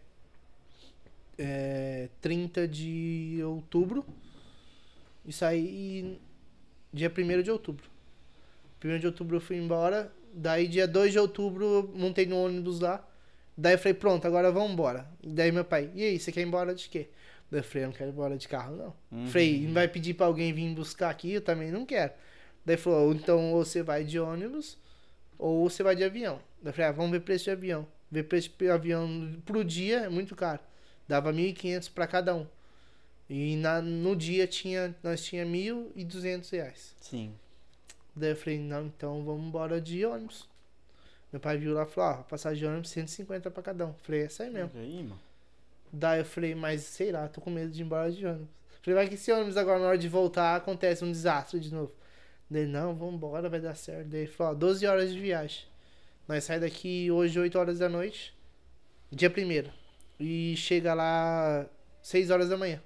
é, trinta de outubro e saí dia primeiro de outubro. primeiro de outubro eu fui embora, daí dia dois de outubro eu montei no ônibus lá. Daí eu falei, pronto, agora vamos embora. Daí meu pai, e aí, você quer ir embora de quê? Daí eu falei, eu não quero ir embora de carro, não. Uhum. Falei, vai pedir pra alguém vir buscar aqui? Eu também não quero. Daí ele falou, então ou você vai de ônibus, ou você vai de avião. Daí eu falei, ah, vamos ver preço de avião. Ver preço de avião pro dia é muito caro. Dava mil e quinhentos pra cada um. E na, no dia tinha, nós tinha mil e duzentos reais. Sim. Daí eu falei, não, então vamos embora de ônibus. Meu pai viu lá e falou, ó, passagem de ônibus cento e cinquenta pra cada um. Falei, é essa aí mesmo. E aí, mano? Daí eu falei, mas sei lá, tô com medo de ir embora de ônibus. Falei, vai que esse ônibus agora na hora de voltar acontece um desastre de novo. Daí, não, vamos embora, vai dar certo. Daí ele falou, ó, doze horas de viagem. Nós saímos daqui hoje oito horas da noite, dia primeiro. E chega lá seis horas da manhã.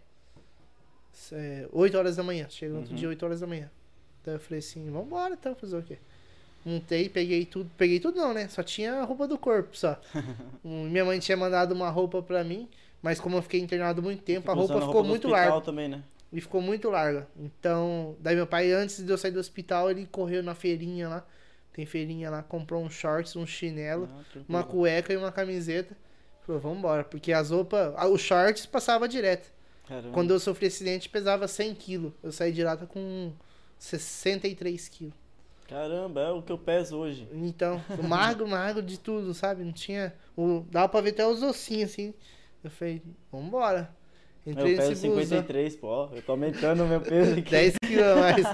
É, oito horas da manhã. Chega no outro Uhum. dia oito horas da manhã. Daí eu falei assim, vamos embora então, fazer o quê? Montei, peguei tudo. Peguei tudo não, né? Só tinha a roupa do corpo, só. Um, minha mãe tinha mandado uma roupa pra mim, mas como eu fiquei internado muito tempo, a roupa Usando ficou do muito hospital larga. também, né? E ficou muito larga. Então, daí meu pai, antes de eu sair do hospital, ele correu na feirinha lá. Tem feirinha lá, comprou um shorts, um chinelo, Ah, tranquilo. uma cueca e uma camiseta. Falou, vambora. Porque as roupas, ah, os shorts passava direto. Caramba. Quando eu sofri acidente, pesava cem quilos. Eu saí de lá com sessenta e três quilos. Caramba, é o que eu peso hoje. Então, magro, magro de tudo, sabe? Não tinha. O, dava pra ver até os ossinhos assim. Eu falei, vambora. Entrei Eu peso nesse cinquenta e busão. três, pô. Ó, eu tô aumentando o meu peso aqui. dez quilos a mais.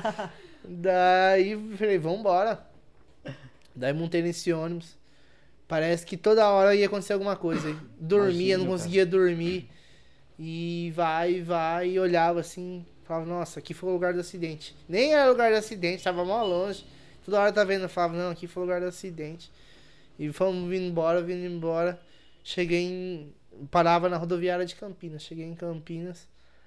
Daí falei, vambora. Daí montei nesse ônibus. Parece que toda hora ia acontecer alguma coisa. Dormia, Imagino, não conseguia dormir. E vai, vai, e olhava assim. Falava, nossa, aqui foi o lugar do acidente. Nem era o lugar do acidente, tava mal longe. Toda hora tá vendo, eu falava, não, aqui foi o lugar do acidente. E fomos vindo embora, vindo embora. Cheguei em... Parava na rodoviária de Campinas. Cheguei em Campinas.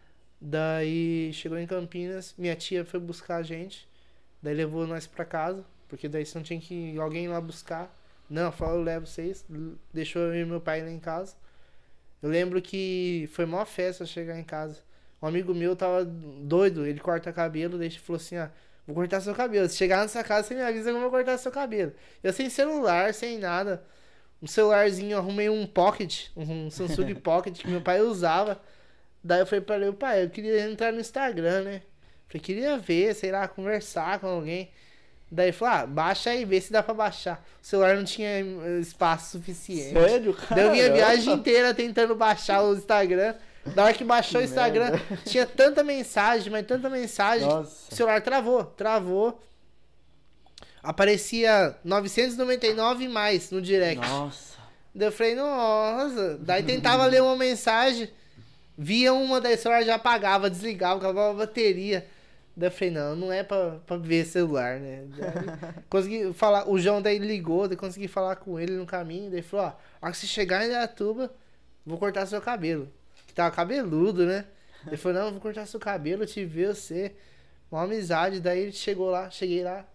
Daí, chegou em Campinas, minha tia foi buscar a gente. Daí levou nós pra casa. Porque daí você não tinha que ir alguém lá buscar. Não, falou, eu levo vocês. Deixou eu e meu pai lá em casa. Eu lembro que foi maior festa chegar em casa. Um amigo meu tava doido, ele corta cabelo, daí ele falou assim, ah, vou cortar seu cabelo. Se chegar na sua casa, você me avisa que eu vou cortar seu cabelo. Eu sem celular, sem nada. Um celularzinho, eu arrumei um Pocket, um Samsung Pocket que meu pai usava. Daí eu falei pra ele, pai, eu queria entrar no Instagram, né? Falei, queria ver, sei lá, conversar com alguém. Daí ele falou, ah, baixa aí, vê se dá pra baixar. O celular não tinha espaço suficiente. Sério, cara? Daí eu vim a viagem inteira tentando baixar o Instagram. Da hora que baixou Que o Instagram, merda. tinha tanta mensagem, mas tanta mensagem, Nossa. que o celular travou, travou. aparecia novecentos e noventa e nove mais no direct. Nossa. Daí eu falei, nossa. Daí tentava ler uma mensagem, via uma da celular, já apagava, desligava, acabava a bateria. Daí eu falei, não, não é pra, pra ver celular, né? Daí consegui falar, o João daí ligou, daí consegui falar com ele no caminho, daí falou, ó, a hora que você chegar em Indaiatuba, vou cortar seu cabelo. Que tava cabeludo, né? Ele falou, não, vou cortar seu cabelo, te ver você. Uma amizade, daí ele chegou lá, cheguei lá,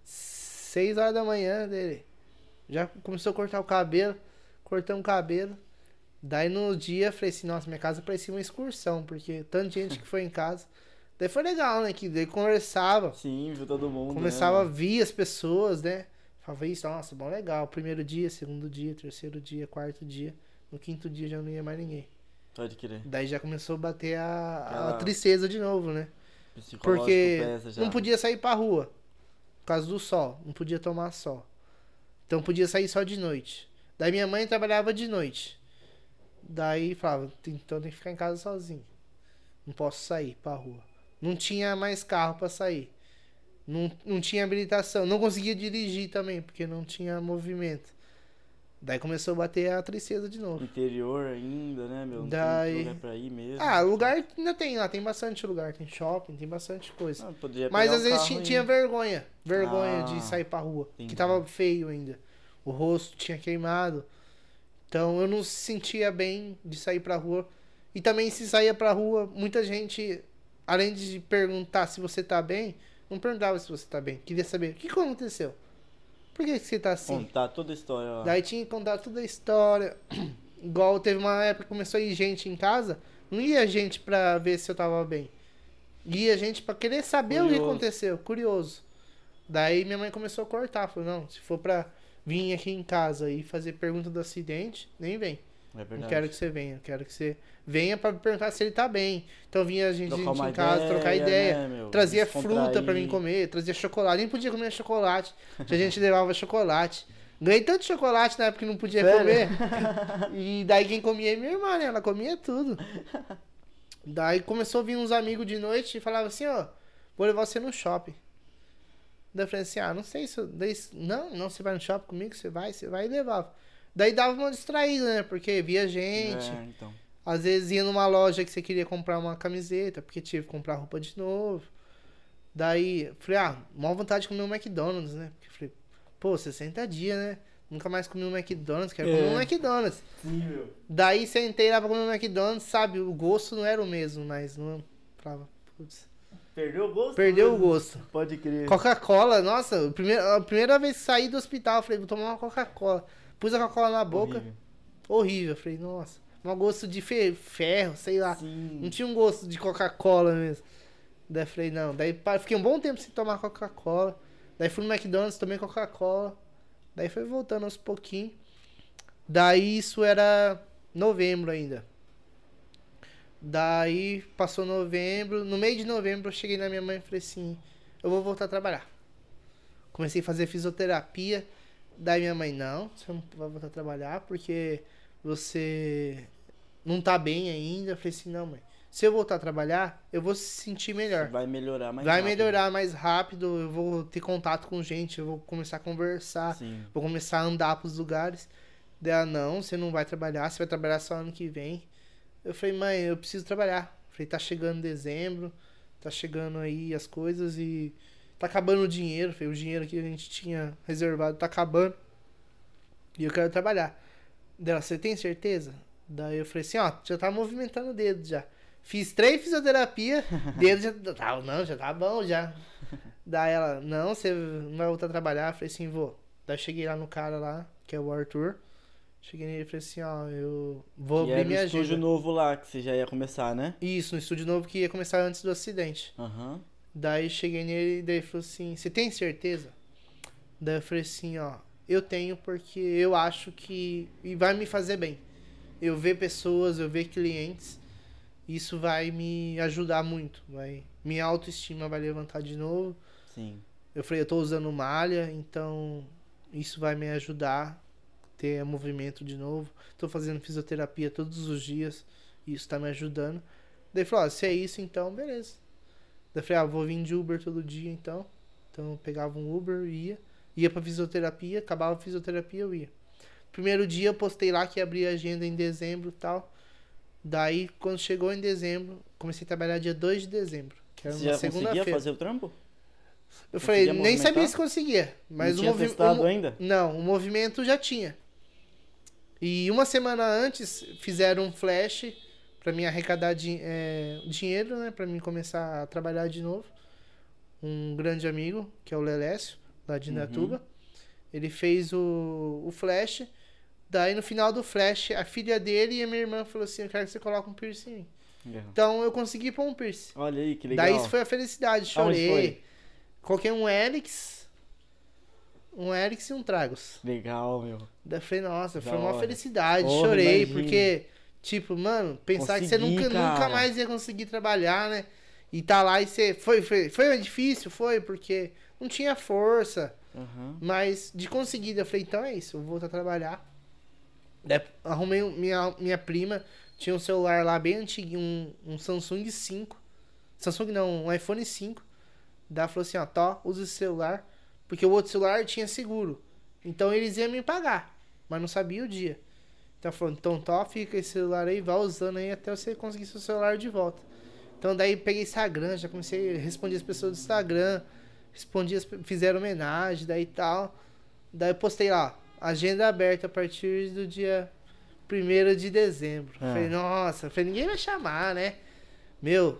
seis horas da manhã dele. Já começou a cortar o cabelo, cortamos o cabelo. Daí no dia, falei assim, nossa, minha casa parecia uma excursão, porque tanta gente que foi em casa. Daí foi legal, né? Que daí conversava. Sim, viu todo mundo. Começava a né? ver as pessoas, né? Falava isso, nossa, bom, legal. Primeiro dia, segundo dia, terceiro dia, quarto dia. No quinto dia já não ia mais ninguém. Pode crer. Daí já começou a bater a, Aquela- a tristeza de novo, né? Psicológico Porque pesa já. não podia sair pra rua. Por causa do sol. Não podia tomar sol. Então podia sair só de noite. Daí minha mãe trabalhava de noite. Daí falava, então tem que ficar em casa sozinho. Não posso sair pra rua. Não tinha mais carro pra sair. Não, não tinha habilitação. Não conseguia dirigir também, porque não tinha movimento. Daí começou a bater a tristeza de novo. Interior ainda, né, meu? Não Daí- tem lugar pra ir mesmo. Ah, lugar ainda tem lá, tem bastante lugar. Tem shopping, tem bastante coisa. Não, poderia Mas pegar às um vezes carro tinha, e- tinha vergonha. Vergonha Ah, de sair pra rua. entendi. Que tava feio ainda. O rosto tinha queimado. Então eu não se sentia bem de sair pra rua. E também se saía pra rua, muita gente, além de perguntar se você tá bem, não perguntava se você tá bem. Queria saber, o que aconteceu? Por que que você tá assim? Contar toda a história lá. Daí tinha que contar toda a história. Igual teve uma época que começou a ir gente em casa. Não ia gente pra ver se eu tava bem. Ia gente pra querer saber o que Curioso. aconteceu. Curioso. Daí minha mãe começou a cortar. Falou, não, se for pra vir aqui em casa e fazer pergunta do acidente, nem vem. É verdade. Não quero que você venha. Quero que você venha pra me perguntar se ele tá bem. Então vinha a gente, Trocar gente uma em casa, trocar ideia. né, meu? Trazia Descontrair. fruta pra mim comer, trazia chocolate. Nem podia comer chocolate. A gente levava chocolate. Ganhei tanto chocolate na época que não podia Sério? comer. E daí quem comia é minha irmã, né? Ela comia tudo. Daí começou a vir uns amigos de noite e falava assim, ó, vou levar você no shopping. Daí eu falei assim, ah, não sei se eu... Daí, não, não, você vai no shopping comigo, você vai, você vai e levava. Daí dava uma distraída, né? Porque via gente. É, então. Às vezes ia numa loja que você queria comprar uma camiseta, porque tinha que comprar roupa de novo. Daí, eu falei, ah, maior vontade de comer um McDonald's, né? Porque eu falei, pô, sessenta dias, né? Nunca mais comi um McDonald's, quero É. comer um McDonald's. Sim, meu. Daí sentei lá pra comer um McDonald's, sabe? O gosto não era o mesmo, mas não. Falava, putz. Perdeu o gosto? Perdeu o gosto. Pode crer. Coca-Cola, nossa, a primeira, a primeira vez que saí do hospital, eu falei, vou tomar uma Coca-Cola. Pus a Coca-Cola na boca, Horrível. horrível. Eu falei, nossa, um gosto de fe- ferro, sei lá. Sim. Não tinha um gosto de Coca-Cola mesmo. Daí eu falei, não. Daí pa- fiquei um bom tempo sem tomar Coca-Cola. Daí fui no McDonald's, tomei Coca-Cola. Daí foi voltando aos pouquinhos. Daí isso era novembro ainda. Daí passou novembro. No meio de novembro eu cheguei na minha mãe e falei assim, eu vou voltar a trabalhar. Comecei a fazer fisioterapia. Daí minha mãe, não, você não vai voltar a trabalhar porque você não tá bem ainda. Eu falei assim, não, mãe. Se eu voltar a trabalhar, eu vou se sentir melhor. Vai melhorar mais Vai rápido. melhorar mais rápido, eu vou ter contato com gente, eu vou começar a conversar, Sim. vou começar a andar pros lugares. Daí ela, não, você não vai trabalhar, você vai trabalhar só ano que vem. Eu falei, mãe, eu preciso trabalhar. Eu falei, tá chegando dezembro, tá chegando aí as coisas e tá acabando o dinheiro. Eu falei, o dinheiro que a gente tinha reservado tá acabando e eu quero trabalhar. Dela, você tem certeza? Daí eu falei assim, ó, já tá movimentando o dedo já. Fiz três fisioterapia, dedo já tá, não, já tá bom já. Daí ela, não, você não vai voltar a trabalhar. Eu falei assim, vou. Daí eu cheguei lá no cara lá, que é o Arthur. Cheguei nele e falei assim, ó, eu vou E abrir era minha no estúdio agenda. novo lá que você já ia começar, né? Isso, no estúdio novo que ia começar antes do acidente. Aham. Daí cheguei nele e daí ele falou assim, você tem certeza? Daí eu falei assim, ó, eu tenho porque eu acho que e vai me fazer bem. Eu ver pessoas, eu ver clientes, isso vai me ajudar muito, vai, minha autoestima vai levantar de novo. Sim. Eu falei, eu tô usando malha, então isso vai me ajudar a ter movimento de novo. Tô fazendo fisioterapia todos os dias, e isso tá me ajudando. Daí ele falou, ó, se é isso então, beleza. Daí eu falei, ah, vou vir de Uber todo dia então. Então eu pegava um Uber e ia. ia pra fisioterapia, acabava a fisioterapia, eu ia. Primeiro dia eu postei lá que ia abrir a agenda em dezembro e tal. Daí, quando chegou em dezembro, comecei a trabalhar dia dois de dezembro, que era Você uma já conseguia segunda-feira. fazer o trampo? Eu falei, Conseguia nem sabia movimentar? se conseguia. Mas Não o tinha movi- testado o mo- ainda? Não, o movimento já tinha. E uma semana antes, fizeram um flash pra mim arrecadar di- é, dinheiro, né? Pra mim começar a trabalhar de novo. Um grande amigo, que é o Lelécio, lá de Indatuba. Ele fez o, o flash. Daí, no final do flash, a filha dele e a minha irmã falou assim, eu quero que você coloque um piercing em mim. Legal. Então, eu consegui pôr um piercing. Olha aí, que legal. Daí, isso foi a felicidade. Aonde Chorei. foi? Coloquei um Helix, um Helix e um Tragos. Legal, meu. Daí eu falei, nossa, Da foi uma hora. felicidade. Porra, Chorei, imagino. porque, tipo, mano, pensar que você Consegui, nunca, nunca cara. mais ia conseguir trabalhar, né? E tá lá e você. Foi, foi, foi difícil, foi, porque não tinha força. Aham. Mas de conseguir, eu falei, então é isso, eu vou voltar a trabalhar. Daí arrumei um- minha, minha prima, tinha um celular lá bem antiguinho, um, um Samsung cinco. Samsung não, um iPhone cinco. Daí ela falou assim, ó, Tó, usa esse celular, porque o outro celular tinha seguro. Então eles iam me pagar, mas não sabia o dia. Então ela falou, então Tó, fica esse celular aí, vai usando aí até você conseguir seu celular de volta. Então daí peguei Instagram, já comecei a responder as pessoas do Instagram, respondi, as, fizeram homenagem, daí tal. Daí eu postei lá, agenda aberta a partir do dia primeiro de dezembro. Ah. Falei, nossa, falei, ninguém vai chamar, né? Meu,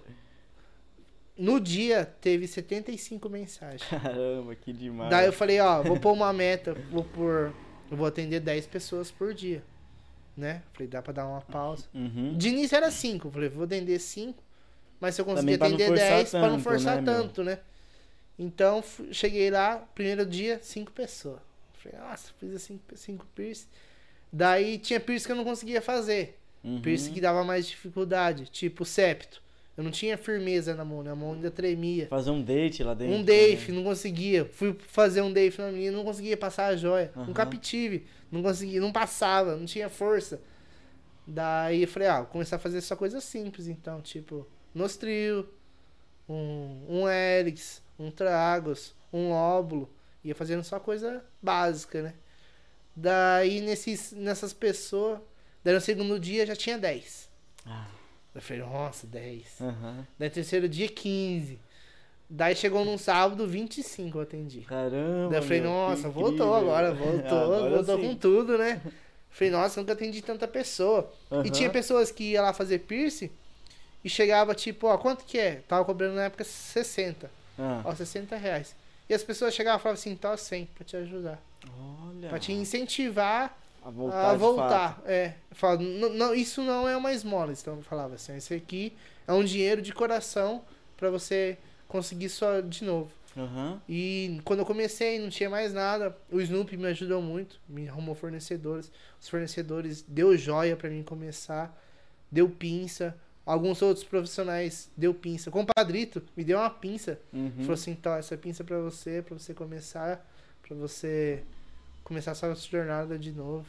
no dia teve setenta e cinco mensagens. Caramba, que demais. Daí eu falei, ó, vou pôr uma meta, vou pôr, eu vou atender dez pessoas por dia, né? Falei, dá pra dar uma pausa. Uhum. De início era cinco, falei, vou atender cinco, mas se eu conseguir Também pra não atender forçar dez, pra não tanto, forçar né, meu? tanto, né? Então, fu- cheguei lá, primeiro dia, cinco pessoas. Falei, nossa, fiz assim, cinco piercing. Daí tinha piercing que eu não conseguia fazer. Uhum. Piercing que dava mais dificuldade, tipo septo. Eu não tinha firmeza na mão, né? A mão ainda tremia. Fazer um date lá dentro. Um DAFE, né? não conseguia. Fui fazer um DAFE na menina, não conseguia passar a joia. Aham. Um captive, não conseguia, não passava, não tinha força. Daí eu falei, ah, vou começar a fazer só coisa simples, então, tipo, nostril, um, um Helix, um Tragos, um óbulo. Ia fazendo só coisa básica, né? Daí nesses, nessas pessoas, daí no segundo dia já tinha dez. Ah. Eu falei, nossa, dez. Aham. Daí no terceiro dia, quinze. Daí chegou num sábado, vinte e cinco eu atendi. Caramba. Daí eu falei, meu, que nossa, voltou incrível. agora, voltou, Agora voltou sim. com tudo, né? Falei, nossa, nunca atendi tanta pessoa. Aham. E tinha pessoas que ia lá fazer piercing e chegava tipo, ó, quanto que é? Tava cobrando na época sessenta. Ah. Ó, sessenta reais. E as pessoas chegavam e falavam assim, tá cem pra te ajudar. Olha. Pra te incentivar A voltar. a de voltar. fato. É. Eu falo, "Não, não, isso não é uma esmola, então eu falava assim, esse aqui é um dinheiro de coração pra você conseguir só de novo. Aham. E quando eu comecei, não tinha mais nada. O Snoopy me ajudou muito, me arrumou fornecedores. Os fornecedores deu joia pra mim começar, deu pinça. Alguns outros profissionais deu pinça. O compadrito me deu uma pinça. Uhum. Falou assim, então, essa pinça é pra você, pra você começar, pra você começar a sua jornada de novo.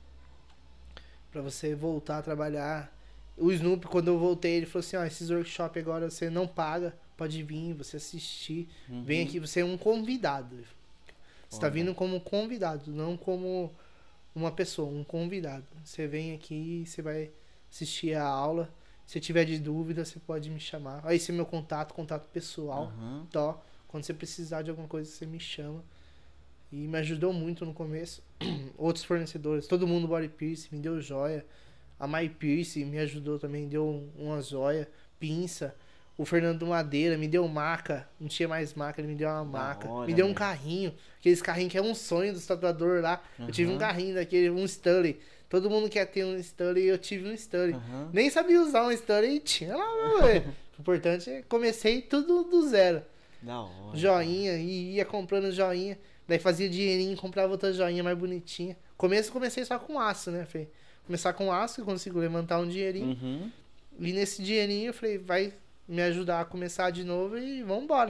Pra você voltar a trabalhar. O Snoopy, quando eu voltei, ele falou assim, ó, esses workshops agora você não paga, pode vir, você assistir. Uhum. Vem aqui, você é um convidado. Você tá Olha. vindo como convidado, não como uma pessoa, um convidado. Você vem aqui e você vai assistir a aula. Se tiver de dúvida, você pode me chamar. Aí esse é meu contato, contato pessoal. Aham. Tó. Quando você precisar de alguma coisa, você me chama. E me ajudou muito no começo. Outros fornecedores, todo mundo body piercing, me deu joia. A My Pierce me ajudou também, deu um- uma joia, pinça. O Fernando Madeira me deu maca, não tinha mais maca, ele me deu uma maca. hora, me deu um meu. carrinho, aqueles carrinhos que é um sonho do tatuador lá. Eu tive um Aham. carrinho daquele, um Stanley. Todo mundo quer ter um Stanley e eu tive um Stanley. Aham. Nem sabia usar um Stanley e tinha lá, meu, velho. O importante é comecei tudo do zero. Da hora. Joinha, e ia comprando joinha. Daí fazia dinheirinho e comprava outra joinha mais bonitinha. Começo comecei só com aço, né? Falei, começar com aço, eu consigo levantar um dinheirinho. Uhum. E nesse dinheirinho eu falei, vai me ajudar a começar de novo e vambora.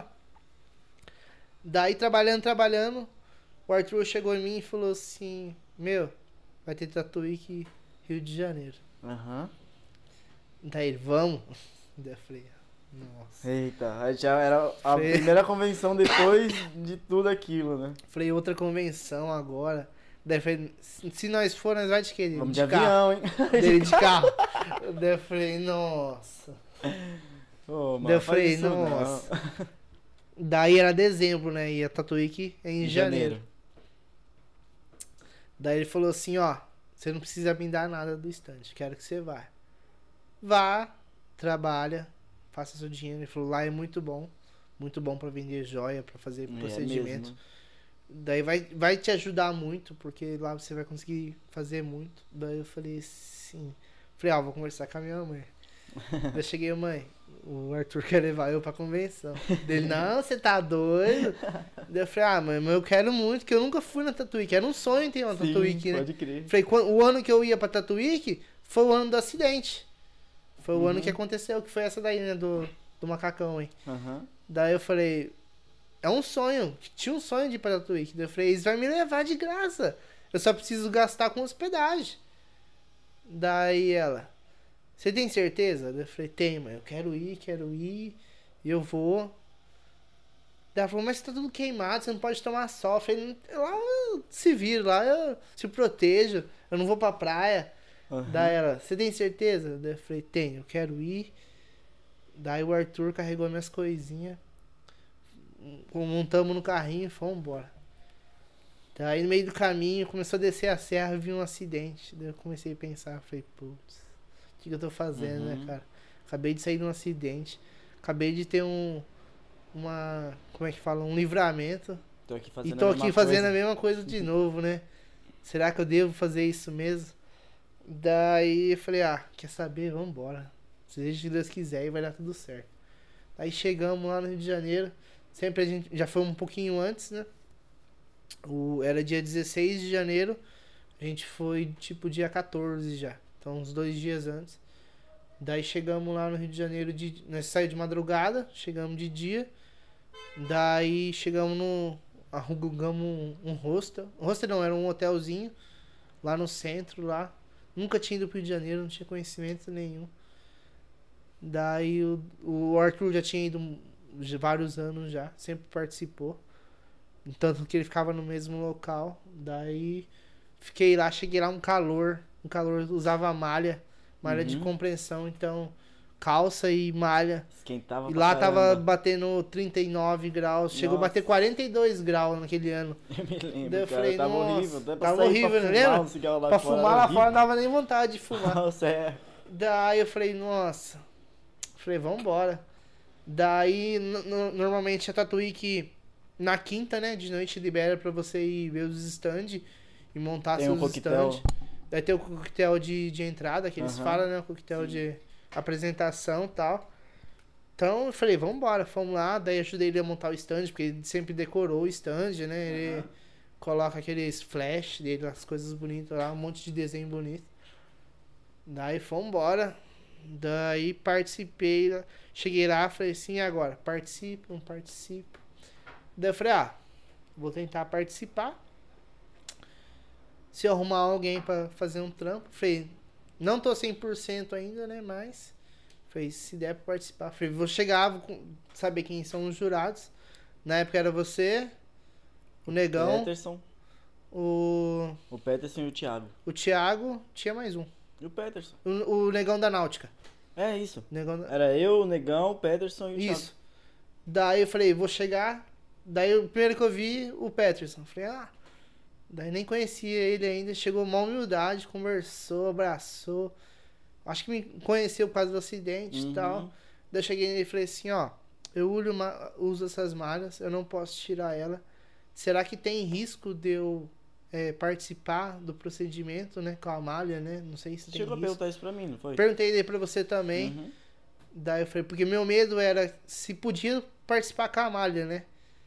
Daí trabalhando, trabalhando, o Arthur chegou em mim e falou assim, meu, vai ter Tatuíque Rio de Janeiro. Aham. Daí ele, vamos? Daí eu falei, Nossa. Eita, aí já era a Foi- primeira convenção depois de tudo aquilo, né? Falei, outra convenção agora. Daí eu falei, se nós for, nós vai de quê? Vamos de, de carro. avião, hein? Dele de carro. Daí eu falei, nossa. Ô, mano, Daí eu faz falei, isso não. nossa. Daí era dezembro, né? E a Tatuíque é em, Em janeiro. Daí ele falou assim, ó, você não precisa me dar nada do stand, quero que você vá. Vá, trabalha, faça seu dinheiro. Ele falou, lá é muito bom, muito bom pra vender joia, pra fazer É procedimento. mesmo. Daí vai, vai te ajudar muito, porque lá você vai conseguir fazer muito. Daí eu falei, sim. Falei, ó, vou conversar com a minha mãe. Daí eu cheguei, mãe, o Arthur quer levar eu pra convenção. Dele, não, você tá doido? Daí eu falei, ah, mãe, mas eu quero muito, que eu nunca fui na Tatuíque. Era um sonho ter uma Sim, Tatuíque, né? pode crer. Falei, quando- o ano que eu ia pra Tatuíque foi o ano do acidente. Foi o Uhum. ano que aconteceu, que foi essa daí, né, do, do macacão, hein? Aham. Daí eu falei, é um sonho. Tinha um sonho de ir pra Tatuíque. Daí eu falei, eles vão me levar de graça. Eu só preciso gastar com hospedagem. Daí ela, você tem certeza? Daí eu falei, tenho, mãe. Eu quero ir, quero ir. E eu vou. Daí ela falou, mas tá tudo queimado, você não pode tomar sol. Eu falei, lá eu se viro, lá eu se protejo. Eu não vou pra praia. Aham. Daí ela, você tem certeza? Daí eu falei, tenho, eu quero ir. Daí o Arthur carregou minhas coisinhas. Montamos no carrinho e fomos embora. Daí no meio do caminho começou a descer a serra e vi um acidente. Daí eu comecei a pensar, falei, putz, o que, que eu tô fazendo, Uhum. né, cara? Acabei de sair de um acidente. Acabei de ter um. Uma. Como é que fala? Um livramento. Tô aqui fazendo E tô a aqui mesma fazendo coisa. a mesma coisa de novo, né? Será que eu devo fazer isso mesmo? Daí eu falei, ah, quer saber? Vambora. Seja que Deus quiser e vai dar tudo certo. Aí chegamos lá no Rio de Janeiro. Sempre a gente. Já foi um pouquinho antes, né? O, era dia dezesseis de janeiro. A gente foi tipo dia quatorze já. Então uns dois dias antes. Daí chegamos lá no Rio de Janeiro. De, nós saímos de madrugada. Chegamos de dia. Daí chegamos no. Arrugamos um, um hostel. Hostel não, era um hotelzinho. Lá no centro, lá. Nunca tinha ido pro Rio de Janeiro, não tinha conhecimento nenhum. Daí o, o Arthur já tinha ido já vários anos já, sempre participou. Tanto que ele ficava no mesmo local. Daí fiquei lá, cheguei lá um calor. Um calor, usava malha, malha de Uhum. compressão, então calça e malha. Esquentava E pra lá tava caramba. batendo trinta e nove graus, chegou a Nossa. bater quarenta e dois graus naquele ano. Eu me lembro, Daí eu cara, falei, tava nossa, horrível. Até pra tava sair horrível, pra não fumar lembra? um cigarro lá Pra fora, fumar era lá horrível. fora não dava nem vontade de fumar. Nossa, é. Daí eu falei, nossa. Falei, vambora. Daí, no- no- normalmente a Tatuíque na quinta, né, de noite libera pra você ir ver os stand e montar Tem um seus coquetel. stand. Daí tem o coquetel de, de entrada, que eles Aham. falam, né, o coquetel de apresentação e tal. Então eu falei, vambora, fomos lá. Daí ajudei ele a montar o stand, porque ele sempre decorou o stand, né, ele coloca aqueles flash dele, as coisas bonitas lá, um monte de desenho bonito. Daí fomos embora. Daí participei. lá- Cheguei lá, falei assim, e agora? Participo, não participo. Daí eu falei, ah, vou tentar participar. Se eu arrumar alguém pra fazer um trampo. Falei, não tô cem por cento ainda, né? Mas. Falei, se der pra participar. Falei, vou chegar, vou com- saber quem são os jurados. Na época era você, o Negão, Peterson, o, o Peterson e o Thiago. o Thiago, tinha mais um. E o Peterson. O, o Negão da Náutica. É isso. O Negão da... Era eu, o Negão, o Peterson e o Isso. Daí eu falei, vou chegar. Daí o primeiro que eu vi, o Peterson. Falei, ah. Daí nem conhecia ele ainda. Chegou uma humildade, conversou, abraçou. Acho que me conheceu por causa do acidente Uhum. e tal. Daí eu cheguei nele e falei assim, ó. Eu uso, ma- uso essas malhas, eu não posso tirar ela. Será que tem risco de eu é, participar do procedimento, né? Com a malha, né? Não sei se Você tem chegou a risco. perguntar isso pra mim, não foi? Perguntei ele pra você também. Uhum. Daí eu falei, porque meu medo era se podia participar com a malha, né?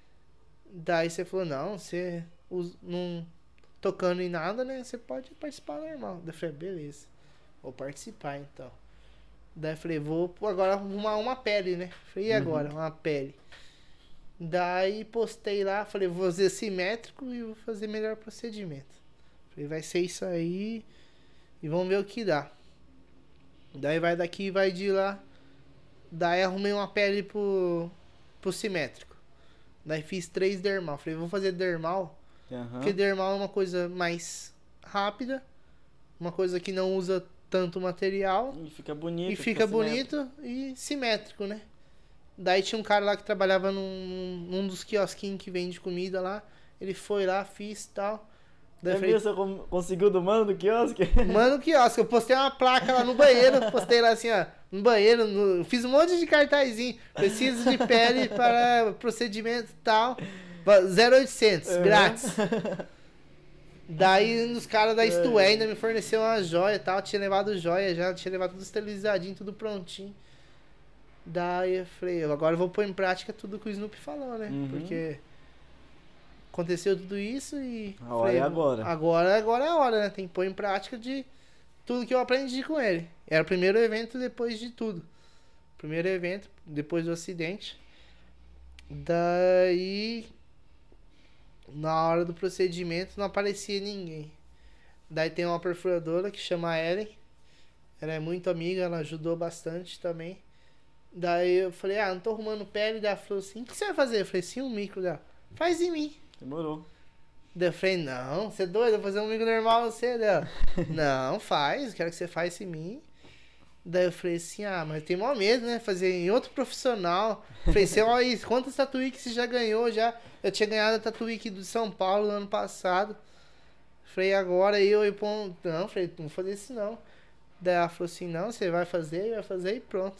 Daí você falou, não, você us- não tocando em nada, né? Você pode participar normal. Daí eu falei, beleza, vou participar então. Daí eu falei, vou agora arrumar uma pele, né? Falei, e agora? Uma pele. Daí postei lá, falei, vou fazer simétrico e vou fazer melhor procedimento. Falei, vai ser isso aí e vamos ver o que dá. Daí vai daqui e vai de lá. Daí arrumei uma pele pro, pro simétrico. Daí fiz três dermal. Falei, vou fazer dermal, Aham. porque dermal é uma coisa mais rápida, uma coisa que não usa tanto material E fica bonito. e fica simétrico. bonito e simétrico, né? Daí tinha um cara lá que trabalhava num, num dos quiosquinhos que vende comida lá. Ele foi lá, fiz e tal. Daí É eu falei, mesmo, você com- conseguiu do mano do quiosque? mano, no quiosque, eu postei uma placa lá no banheiro, postei lá assim, ó, no banheiro, no- fiz um monte de cartazinho, preciso de pele para procedimento tal, zero oitocentos, Aham. grátis. Daí um dos caras da Isto É. É ainda me forneceu uma joia e tal, tinha levado joia já, tinha levado tudo esterilizadinho, tudo prontinho. Daí eu falei, agora eu vou pôr em prática tudo que o Snoopy falou, né? Uhum. Porque aconteceu tudo isso e... A hora é agora. Agora, agora é a hora, né? Tem que pôr em prática de tudo que eu aprendi com ele. Era o primeiro evento depois de tudo. Primeiro evento, depois do acidente. Daí, na hora do procedimento, não aparecia ninguém. Daí tem uma perfuradora que chama Ellen. Ela é muito amiga, ela ajudou bastante também. Daí eu falei, ah, não tô arrumando pele. Daí ela falou assim, o que você vai fazer? Eu falei, sim, um micro dela. Faz em mim. Demorou. Daí eu falei, não, você é doido, eu vou fazer um micro normal você, dela. Não, faz, quero que você faça em mim. Daí eu falei assim, ah, mas tem maior medo, né? Fazer em outro profissional. Falei, você, olha isso, quantas tatuí que você já ganhou já? Eu tinha ganhado a tatuí do São Paulo no ano passado. Falei, agora eu e pô, não, falei, não vou fazer isso não. Daí ela falou assim, não, você vai fazer, vai fazer e pronto.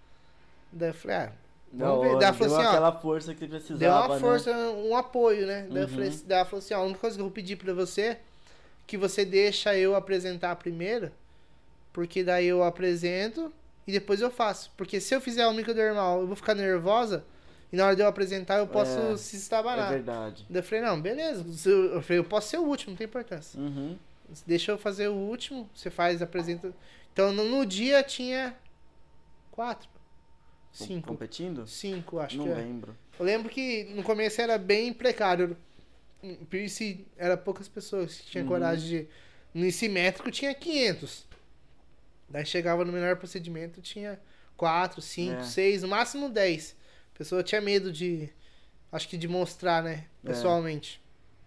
Daí eu falei, ah, Da vamos ver. hora, Daí ela falou deu assim, ó, aquela força que precisava, deu uma né? força, um apoio, né? Daí, eu Uhum. falei, daí ela falou assim, ó, a única coisa que eu vou pedir pra você, que você deixa eu apresentar primeiro, porque daí eu apresento e depois eu faço. Porque se eu fizer o microdermal, eu vou ficar nervosa, e na hora de eu apresentar eu posso É, se É estabanar. verdade. Daí eu falei, não, beleza. Se Eu eu falei, eu posso ser o último, não tem importância. Uhum. Deixa eu fazer o último, você faz, apresenta. Então no, no dia tinha quatro, Com- cinco, Competindo? cinco, acho Não que é. lembro. Eu lembro que no começo era bem precário. O Pierce era poucas pessoas que tinham Uhum. coragem de. No simétrico tinha quinhentos. Daí chegava no menor procedimento, tinha quatro, cinco, É. seis, no máximo dez. A pessoa tinha medo de. Acho que de mostrar, né? É. Pessoalmente.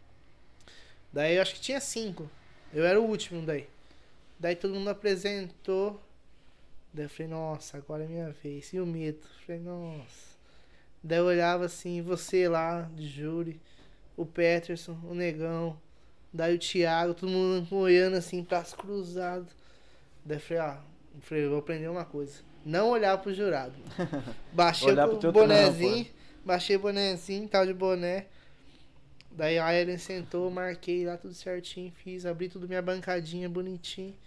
Daí eu acho que tinha cinco. Eu era o último daí. Daí todo mundo apresentou. Daí eu falei, nossa, agora é minha vez. E o medo? Falei, nossa. Daí eu olhava assim, você lá, de júri, o Peterson, o Negão, daí o Thiago, todo mundo olhando assim, braço cruzado. Daí eu falei, ah, eu falei, eu vou aprender uma coisa. Não olhar pro jurado. Baixei Olhar o pro teu bonezinho, baixei o bonezinho, tal de boné. Daí a Ellen sentou, marquei lá tudo certinho, fiz, abri tudo minha bancadinha bonitinho.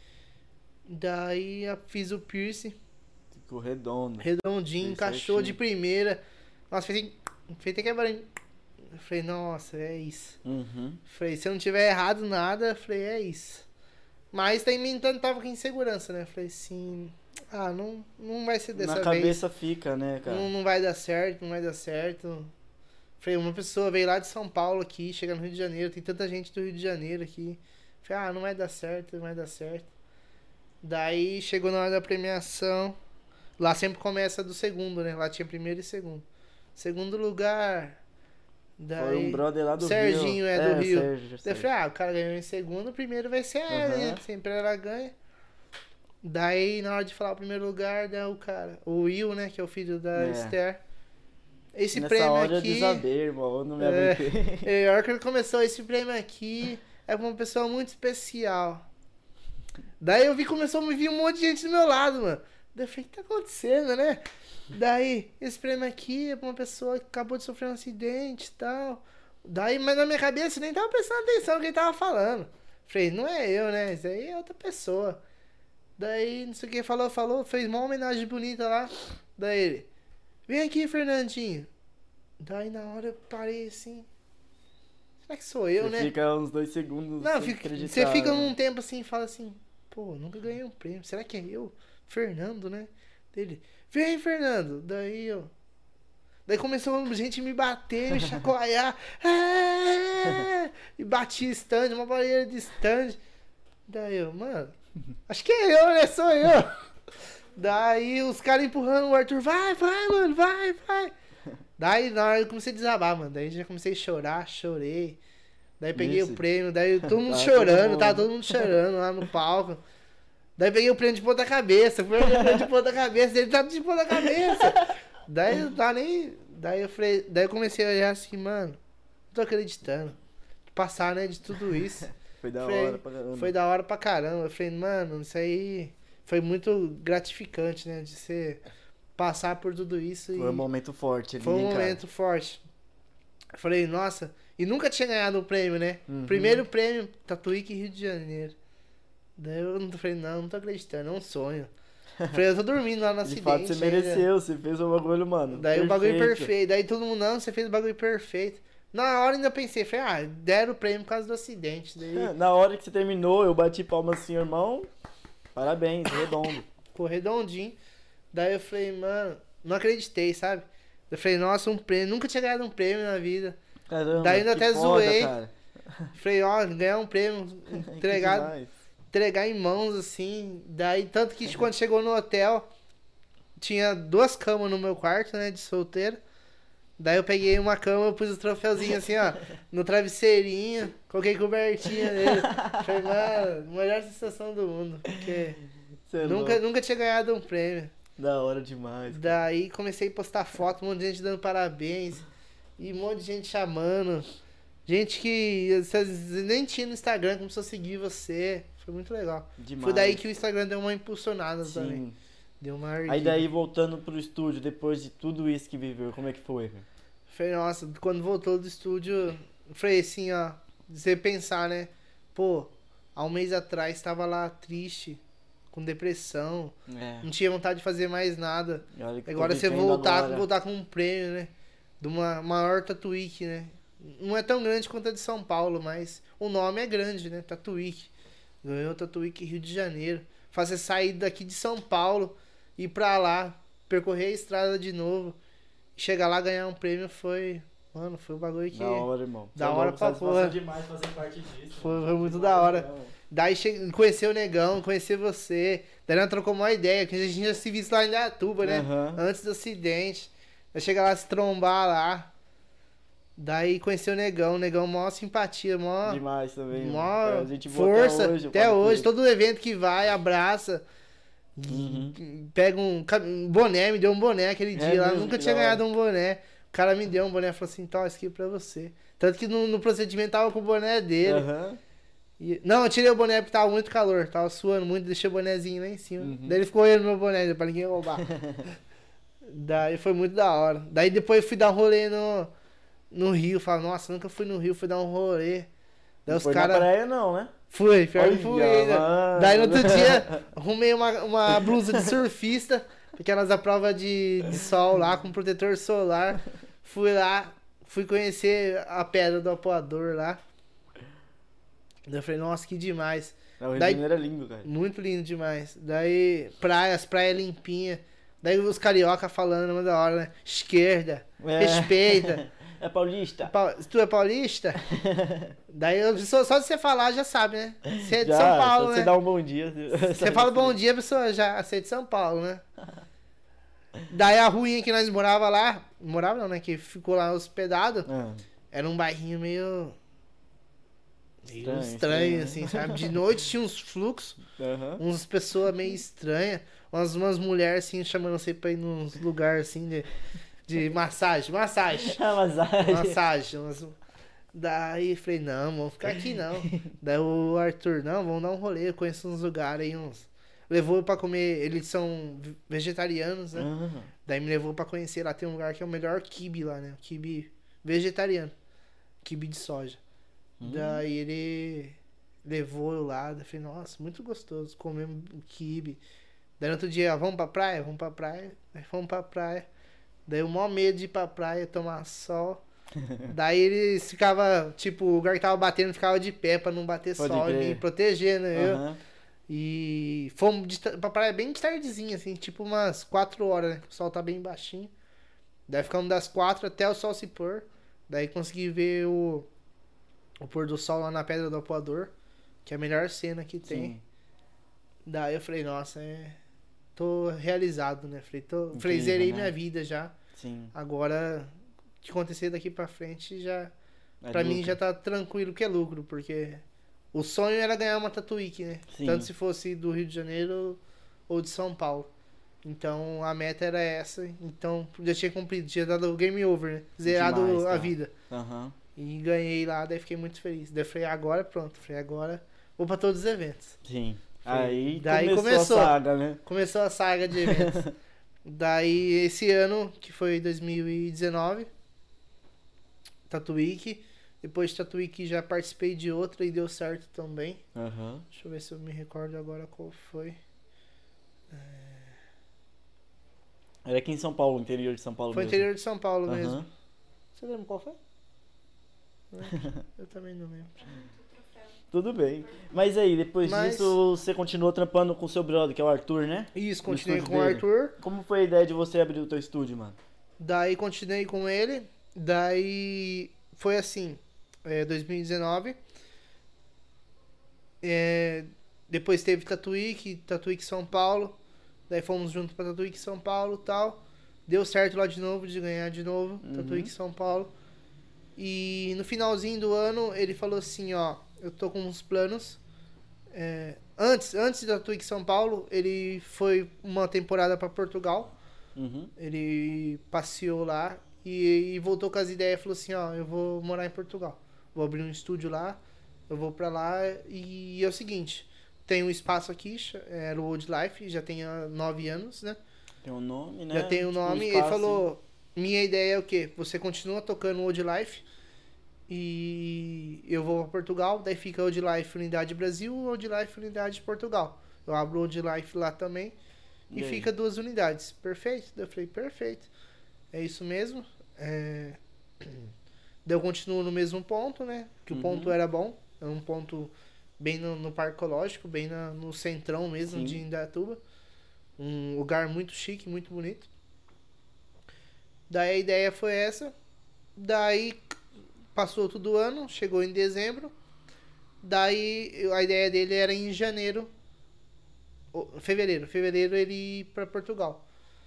Daí eu fiz o piercing, Ficou redondo. redondinho, Fez encaixou certinho. de primeira. Nossa, fez, fez até quebradinho. Eu falei, nossa, é isso. Uhum. Falei, se eu não tiver errado nada, eu falei, é isso. Mas também tava com insegurança, né? Eu falei assim, ah, não, não vai ser dessa Na vez. cabeça fica, né, cara? Não, não vai dar certo, não vai dar certo. Falei, uma pessoa veio lá de São Paulo aqui, chega no Rio de Janeiro, tem tanta gente do Rio de Janeiro aqui. Falei, ah, não vai dar certo, não vai dar certo. Daí chegou na hora da premiação. Lá sempre começa do segundo, né? Lá tinha primeiro e segundo. Segundo lugar. Daí. Foi um brother lá do Serginho Rio. é do Rio. Sérgio, Daí eu Sérgio. falei, ah, o cara ganhou em segundo, o primeiro vai ser a Ellen, Aham. né? Sempre ela ganha. Daí, na hora de falar o primeiro lugar, daí o cara, o Will, né, que é o filho da É. Esther. Esse Nessa prêmio hora aqui. eu desabei, irmão. Eu não me É. aguentei. É, a hora que ele começou, esse prêmio aqui é pra uma pessoa muito especial. Daí eu vi, começou a me vir um monte de gente do meu lado, mano. Daí eu falei, o que tá acontecendo, né? Daí, esse prêmio aqui é pra uma pessoa que acabou de sofrer um acidente e tal. Daí, mas na minha cabeça eu nem tava prestando atenção no que ele tava falando. Falei, não é eu, né? Isso aí é outra pessoa. Daí, não sei o que, falou, falou, fez uma homenagem bonita lá. Daí ele, vem aqui, Fernandinho. Daí na hora eu parei assim. Será que sou eu, Você né? fica uns dois segundos Não, sem fica- acreditar, você fica né? num tempo assim e fala assim, pô, nunca ganhei um prêmio. Será que é eu? Fernando, né? Dele, vem, Fernando. Daí eu. Daí começou gente me bater, me chacoalhar. É! E bati stand, uma barreira de stand. Daí eu, mano, acho que é eu, né? Sou eu. Daí os caras empurrando o Arthur, vai, vai, mano, vai, vai. Daí na hora eu comecei a desabar, mano. Daí já comecei a chorar, chorei. Daí peguei Isso. o prêmio, daí todo mundo Tá chorando, todo mundo. tava todo mundo chorando lá no palco. Daí peguei o prêmio de ponta cabeça, fui o prêmio de ponta cabeça, ele tava de ponta cabeça. Daí eu tava nem. Daí eu falei. Daí eu comecei a olhar assim, mano, não tô acreditando. Passar, né, de tudo isso. Foi da Falei, hora pra caramba. Foi da hora pra caramba. Eu falei, mano, isso aí foi muito gratificante, né? De você passar por tudo isso. Foi e um momento forte ali, Foi um hein, cara? momento forte. Eu falei, nossa, e nunca tinha ganhado um prêmio, né? Uhum. Primeiro prêmio, Tatuíque Rio de Janeiro. Daí eu não falei, não, não tô acreditando, é um sonho. Falei, eu tô dormindo lá no De acidente. fato, você ainda. mereceu, você fez o bagulho, mano. Daí o bagulho perfeito. Daí todo mundo, não, você fez o bagulho perfeito. Na hora ainda pensei, falei, ah, deram o prêmio por causa do acidente. Daí, É, na hora que você terminou, eu bati palma assim, irmão. Parabéns, redondo. ficou redondinho. Daí eu falei, mano, não acreditei, sabe? Eu falei, nossa, um prêmio. Nunca tinha ganhado um prêmio na vida. Caramba, Daí ainda que até foda, zoei. cara. Falei, ó, ganhar um prêmio, Que entregar, demais. entregar em mãos, assim. Daí, tanto que quando chegou no hotel, tinha duas camas no meu quarto, né, de solteiro. Daí eu peguei uma cama, eu pus o troféuzinho assim, ó, no travesseirinho, coloquei cobertinha nele. Falei, mano, melhor sensação do mundo, porque Cê é nunca, louco. nunca tinha ganhado um prêmio. Da hora demais. Daí comecei a postar foto, um monte de gente dando parabéns, e um monte de gente chamando. Gente que você nem tinha no Instagram, começou a seguir você. Foi muito legal. Demais. Foi daí que o Instagram deu uma impulsionada também. Sim. Deu uma ardida. Aí daí, voltando pro estúdio, depois de tudo isso que viveu, como é que foi? Cara? Falei, nossa, quando voltou do estúdio, falei assim, ó, você pensar, né? Pô, há um mês atrás tava lá triste, com depressão, É. não tinha vontade de fazer mais nada. E olha que eu tô Agora você vivendo voltar, agora. voltar com um prêmio, né? De uma maior Tatuíque, né? Não é tão grande quanto a de São Paulo, mas o nome é grande, né? Tatuíque. Ganhou Tatuíque Rio de Janeiro. Fazer sair daqui de São Paulo, ir pra lá, percorrer a estrada de novo, chegar lá ganhar um prêmio foi. Mano, foi um bagulho que. Da hora, irmão. Da Cê é hora louco, pra satisfação porra. demais fazer parte disso. Foi, mano. foi muito Demais, da hora. legal. Daí che... conhecer o Negão, conhecer você. Daí nós trocamos uma ideia, que a gente já se visto lá em Indaiatuba, né? Aham. Antes do acidente. Daí chegar lá, se trombar lá. Daí conhecer o Negão, o Negão, maior simpatia, maior, Demais também. mano. maior A gente boa força. até hoje. eu Até falo com hoje, ele. todo evento que vai, abraça. Uhum. Pega um, ca- um boné, me deu um boné aquele É dia lá. mesmo? Nunca Que tinha da hora. ganhado um boné. O cara me deu um boné e falou assim: tá, esse aqui é pra você. Tanto que no, no procedimento tava com o boné dele. Aham. E- não, eu tirei o boné porque tava muito calor, tava suando muito, deixei o bonézinho lá em cima. Uhum. Daí ele ficou olhando meu boné pra ninguém roubar. Daí foi muito da hora. Daí depois eu fui dar um rolê no, no Rio. Falei, nossa, nunca fui no Rio, fui dar um rolê. Daí Não os foi na caras. praia, não, né? Fui, pior que Olha, fui ainda. mano. Daí no outro dia, arrumei uma, uma blusa de surfista, aquelas da prova de, de sol lá, com protetor solar. Fui lá, fui conhecer a pedra do Apoador lá. Daí eu falei, nossa, que demais. Não, o Rio Daí- de Janeiro é lindo, cara. Muito lindo demais. Daí, praias, praia limpinha. Daí os carioca falando, uma da hora, né? Esquerda, É. respeita. É paulista? Pa- Tu é paulista? Daí, eu- só, só de você falar, já sabe, né? Você é de Já, São só Paulo, Você né? dá um bom dia. Você fala bom dia, a pessoa já aceita de São Paulo, né? Daí a ruinha que nós morava lá, morava não, né? Que ficou lá hospedado, Ah, era um bairrinho meio. meio Estranho, estranho, estranho, assim, sabe? De noite tinha uns fluxos, aham. umas pessoas meio estranhas, umas, umas mulheres assim, chamando você pra ir nos lugares assim de, de massagem, massagem. Ah, mas aí... Massagem. Umas... Daí falei, não, vamos ficar aqui não. Daí o Arthur, não, vamos dar um rolê, eu conheço uns lugares aí, uns. Levou eu pra comer, eles são vegetarianos, né? Ah, Daí me levou pra conhecer lá, tem um lugar que é o melhor quibe lá, né? Quibe vegetariano. Quibe de soja. Hum. Daí ele levou eu lá, daí eu falei, nossa, muito gostoso, comemos o quibe. Daí no outro dia, vamos pra praia? Vamos pra praia. Aí fomos pra praia. Daí o maior medo de ir pra praia, tomar sol. Daí eles ficavam, tipo, o lugar que tava batendo ficava de pé pra não bater Pode sol, crer. me protegendo, eu. aham. E fomos de, ta- pra praia bem de tardezinha, assim, tipo umas quatro horas, né? O sol tá bem baixinho. Daí ficamos das quatro até o sol se pôr. Daí consegui ver o, o pôr do sol lá na Pedra do Apoador, que é a melhor cena que tem. Sim. Daí eu falei, nossa, é. tô realizado, né? Falei, tô, falei, Incrível, zerei né? minha vida já. Sim. Agora, o que acontecer daqui pra frente já. É Pra mim lucro. já tá tranquilo que é lucro, porque o sonho era ganhar uma Tatuíque, né? Sim. Tanto se fosse do Rio de Janeiro ou de São Paulo. Então a meta era essa, então já tinha cumprido, tinha dado o game over, né? Zerado Demais, a cara. vida. Aham. E ganhei lá, daí fiquei muito feliz. Daí eu falei, agora pronto, falei, agora vou pra todos os eventos. Sim. Foi. Aí Daí começou, começou. a saga, né? Começou a saga de eventos. Daí esse ano, que foi dois mil e dezenove, Tatuíque. Depois de Tatuíque já participei de outra e deu certo também. Aham. Deixa eu ver se eu me recordo agora qual foi. Era aqui em São Paulo, interior de São Paulo Foi mesmo. interior de São Paulo mesmo. Aham. Você lembra qual foi? Não lembro. Eu também não lembro. Tudo bem. Mas aí, depois Mas- disso, você continuou trampando com o seu brother, que é o Arthur, né? Isso, No continuei estúdio com o dele. Arthur. Como foi a ideia de você abrir o teu estúdio, mano? Daí continuei com ele. Daí foi assim, é, dois mil e dezenove. É, depois teve Tatuíque, Tatuíque São Paulo. Daí fomos juntos pra Tatuíque São Paulo e tal. Deu certo lá de novo, de ganhar de novo, Uhum. Tatuíque São Paulo. E no finalzinho do ano ele falou assim, ó, eu tô com uns planos. É, antes, antes da Tatuíque São Paulo, ele foi uma temporada pra Portugal. Uhum. Ele passeou lá e, e voltou com as ideias. Falou assim, ó, eu vou morar em Portugal. Vou abrir um estúdio lá, eu vou pra lá. E é o seguinte, tem um espaço aqui, era o Old Life, já tem há nove anos, né? Tem um nome, né? Já tem o Tipo, um nome. Ele espaço, falou, minha ideia é o quê? Você continua tocando o Old Life e eu vou pra Portugal. Daí fica Old Life Unidade Brasil, Old Life Unidade Portugal. Eu abro o Old Life lá também. E E aí? fica duas unidades. Perfeito? Daí eu falei, perfeito. É isso mesmo. É... Daí eu continuo no mesmo ponto, né? Que Uhum. o ponto era bom. É um ponto bem no, no Parque Ecológico, bem na- no centrão mesmo Sim. de Indaiatuba. Um lugar muito chique, muito bonito. Daí a ideia foi essa. Daí passou todo o ano, chegou em dezembro. Daí eu- a ideia dele era em janeiro. ou- Fevereiro. Fevereiro ele ir pra Portugal.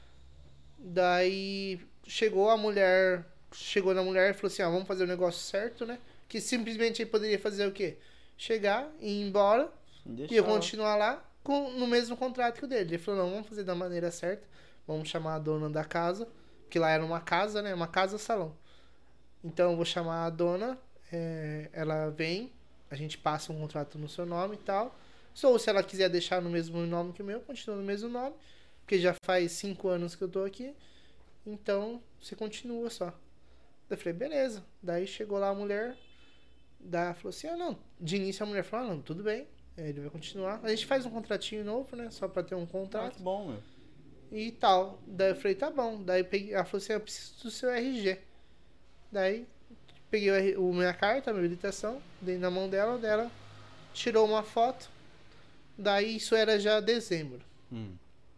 Daí chegou a mulher. Chegou na mulher e falou assim: ó, vamos fazer o negócio certo, né? Que simplesmente ele poderia fazer o quê? Chegar e ir embora Deixa e eu lá. continuar lá com, no mesmo contrato que o dele. Ele falou: não, vamos fazer da maneira certa. Vamos chamar a dona da casa. Que lá era uma casa, né? Uma casa-salão. Então eu vou chamar a dona. é, ela vem. A gente passa um contrato no seu nome e tal. Ou se ela quiser deixar no mesmo nome que o meu, continua no mesmo nome. Porque já faz cinco anos que eu tô aqui. Então você continua só. Daí eu falei, beleza. Daí chegou lá a mulher. Daí ela falou assim: ah, não. De início a mulher falou: ah, não, tudo bem. é, Ele vai continuar. A gente faz um contratinho novo, né? Só pra ter um Ah, contrato. que bom, meu. E tal. Daí eu falei, tá bom. Daí eu peguei, ela falou assim: eu preciso do seu R G. Daí peguei o, R- o minha carta, a minha habilitação, dei na mão dela, dela tirou uma foto. Daí isso era já dezembro. Hum.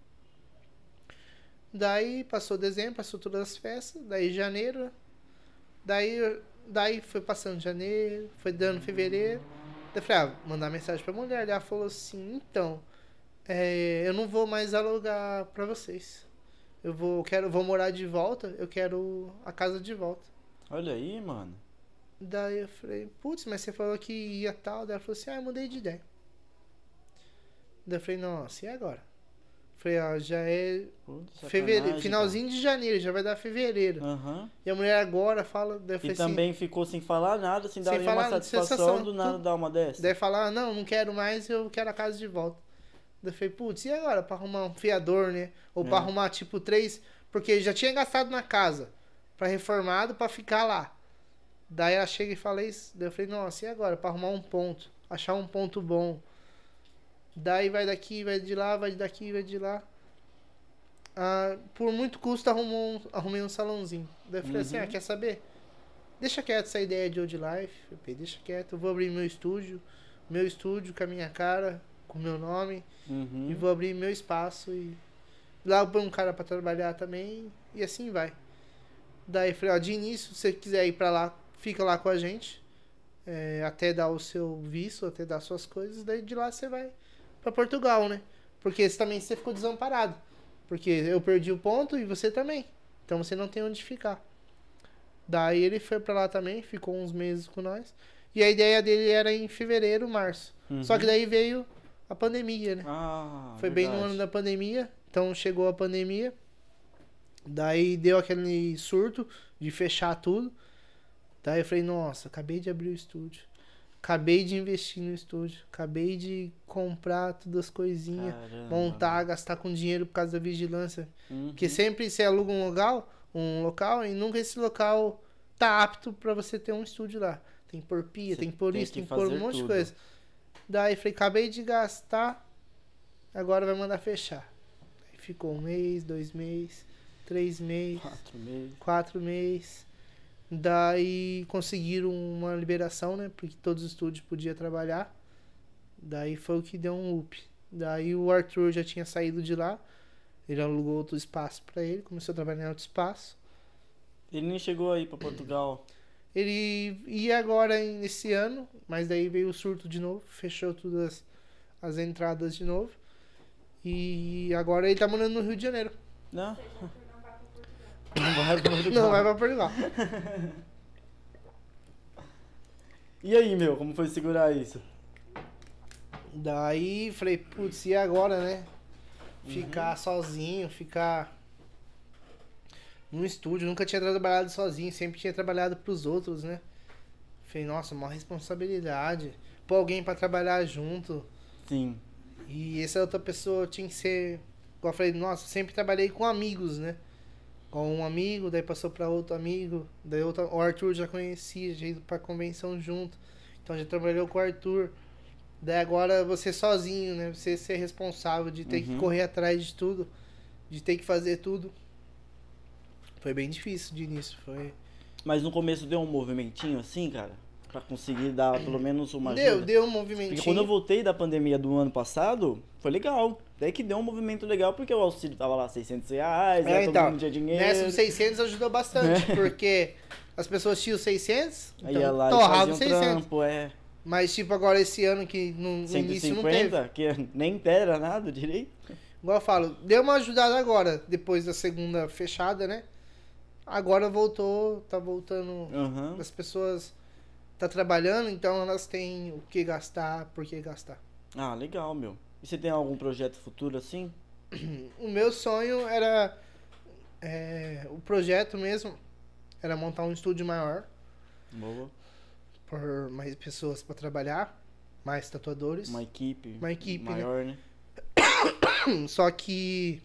Daí passou dezembro, passou todas as festas, daí janeiro, daí, daí foi passando janeiro, foi dando fevereiro. Daí eu falei, ah, mandar mensagem pra mulher. Daí ela falou assim, então, é, eu não vou mais alugar pra vocês. Eu vou, eu quero, vou morar de volta, eu quero a casa de volta. Olha aí, mano. Daí eu falei, putz, mas você falou que ia tal. Daí ela falou assim, ah, eu mudei de ideia. Daí eu falei, nossa, e agora? Falei, ó, já é Putz, fevereiro, sacanagem, finalzinho de janeiro, já vai dar fevereiro. cara. Aham. E a mulher agora fala, daí eu E falei assim, também ficou sem falar nada, sem dar Sem nenhuma falar, satisfação, sensação, do nada tudo. dar uma dessa. daí falar, não, não quero mais, eu quero a casa de volta. Daí eu falei, putz, e agora? Pra arrumar um fiador, né? Ou pra É. arrumar, tipo, três... Porque já tinha gastado na casa pra reformado, pra ficar lá. Daí ela chega e fala isso. Daí eu falei, nossa, e agora? Pra arrumar um ponto. Achar um ponto bom. Daí vai daqui, vai de lá, vai daqui, vai de lá. Ah, por muito custo arrumou um, arrumei um salãozinho. Daí eu falei assim, Uhum. ah, quer saber? Deixa quieto essa ideia de old life. Eu falei, deixa quieto, eu vou abrir meu estúdio. Meu estúdio com a minha cara, com o meu nome. Uhum. E vou abrir meu espaço e lá eu ponho um cara pra trabalhar também e assim vai. Daí eu falei, ó, de início, se você quiser ir pra lá, fica lá com a gente. é, até dar o seu visto, até dar suas coisas. Daí de lá você vai pra Portugal, né? Porque você também você ficou desamparado. Porque eu perdi o ponto e você também. Então você não tem onde ficar. Daí ele foi pra lá também, ficou uns meses com nós. E a ideia dele era em fevereiro, março. Uhum. Só que daí veio a pandemia, né? Ah, Foi bem no verdade. ano da pandemia. Então chegou a pandemia. Daí deu aquele surto de fechar tudo. Daí eu falei, nossa, acabei de abrir o estúdio. Acabei de investir no estúdio. Acabei de comprar todas as coisinhas. Caramba, Montar, meu. gastar com dinheiro por causa da vigilância. Uhum. Porque sempre você aluga um local, um local e nunca esse local tá apto pra você ter um estúdio lá. Tem que pôr pia, Você tem que pôr tem isso, que tem que pôr um fazer monte de tudo. coisa. Daí falei, acabei de gastar, agora vai mandar fechar. Aí ficou um mês, dois meses, três meses, Quatro meses. quatro meses. Daí conseguiram uma liberação, né? Porque todos os estúdios podiam trabalhar. Daí foi o que deu um up. Daí o Arthur já tinha saído de lá. Ele alugou outro espaço pra ele, começou a trabalhar em outro espaço. Ele nem chegou aí pra Portugal. Ele ia agora nesse ano, mas daí veio o surto de novo, fechou todas as entradas de novo. E agora ele tá morando no Rio de Janeiro. Não? Não vai pra Portugal. Não vai pra Portugal. E aí, meu, como foi segurar isso? Daí falei, putz, e agora, né? Ficar sozinho, ficar num estúdio. Nunca tinha trabalhado sozinho, sempre tinha trabalhado pros outros, né? Falei, nossa, uma responsabilidade. Pôr alguém pra trabalhar junto. Sim. E essa outra pessoa tinha que ser. Igual eu falei, nossa, sempre trabalhei com amigos, né? Com um amigo, daí passou pra outro amigo. Daí outro, o Arthur já conhecia, já ido pra convenção junto. Então já trabalhou com o Arthur. Daí agora você sozinho, né? Você ser responsável de ter Uhum. que correr atrás de tudo. De ter que fazer tudo. Foi bem difícil de início. Foi. Mas no começo deu um movimentinho assim, cara? Pra conseguir dar pelo menos uma Deu, ajuda? deu um movimentinho. Porque quando eu voltei da pandemia do ano passado, foi legal. Daí que deu um movimento legal, porque o auxílio tava lá seiscentos reais, É, aí todo então, mundo tinha dinheiro. Nessa, os seiscentos ajudou bastante, É. porque as pessoas tinham seiscentos, Aí ia então lá e torrava fazia um seiscentos. trampo, é. Mas, tipo, agora esse ano que no, no cento e início não teve. cinquenta, que nem era nada direito. Igual eu falo, deu uma ajudada agora, depois da segunda fechada, né? Agora voltou, tá voltando. Aham. As pessoas tá trabalhando, então elas têm o que gastar, por que gastar. Ah, legal, meu. E você tem algum projeto futuro assim? O meu sonho era. é, o projeto mesmo era montar um estúdio maior, Boa. por mais pessoas para trabalhar, mais tatuadores. Uma equipe. Uma equipe, maior, né? Só que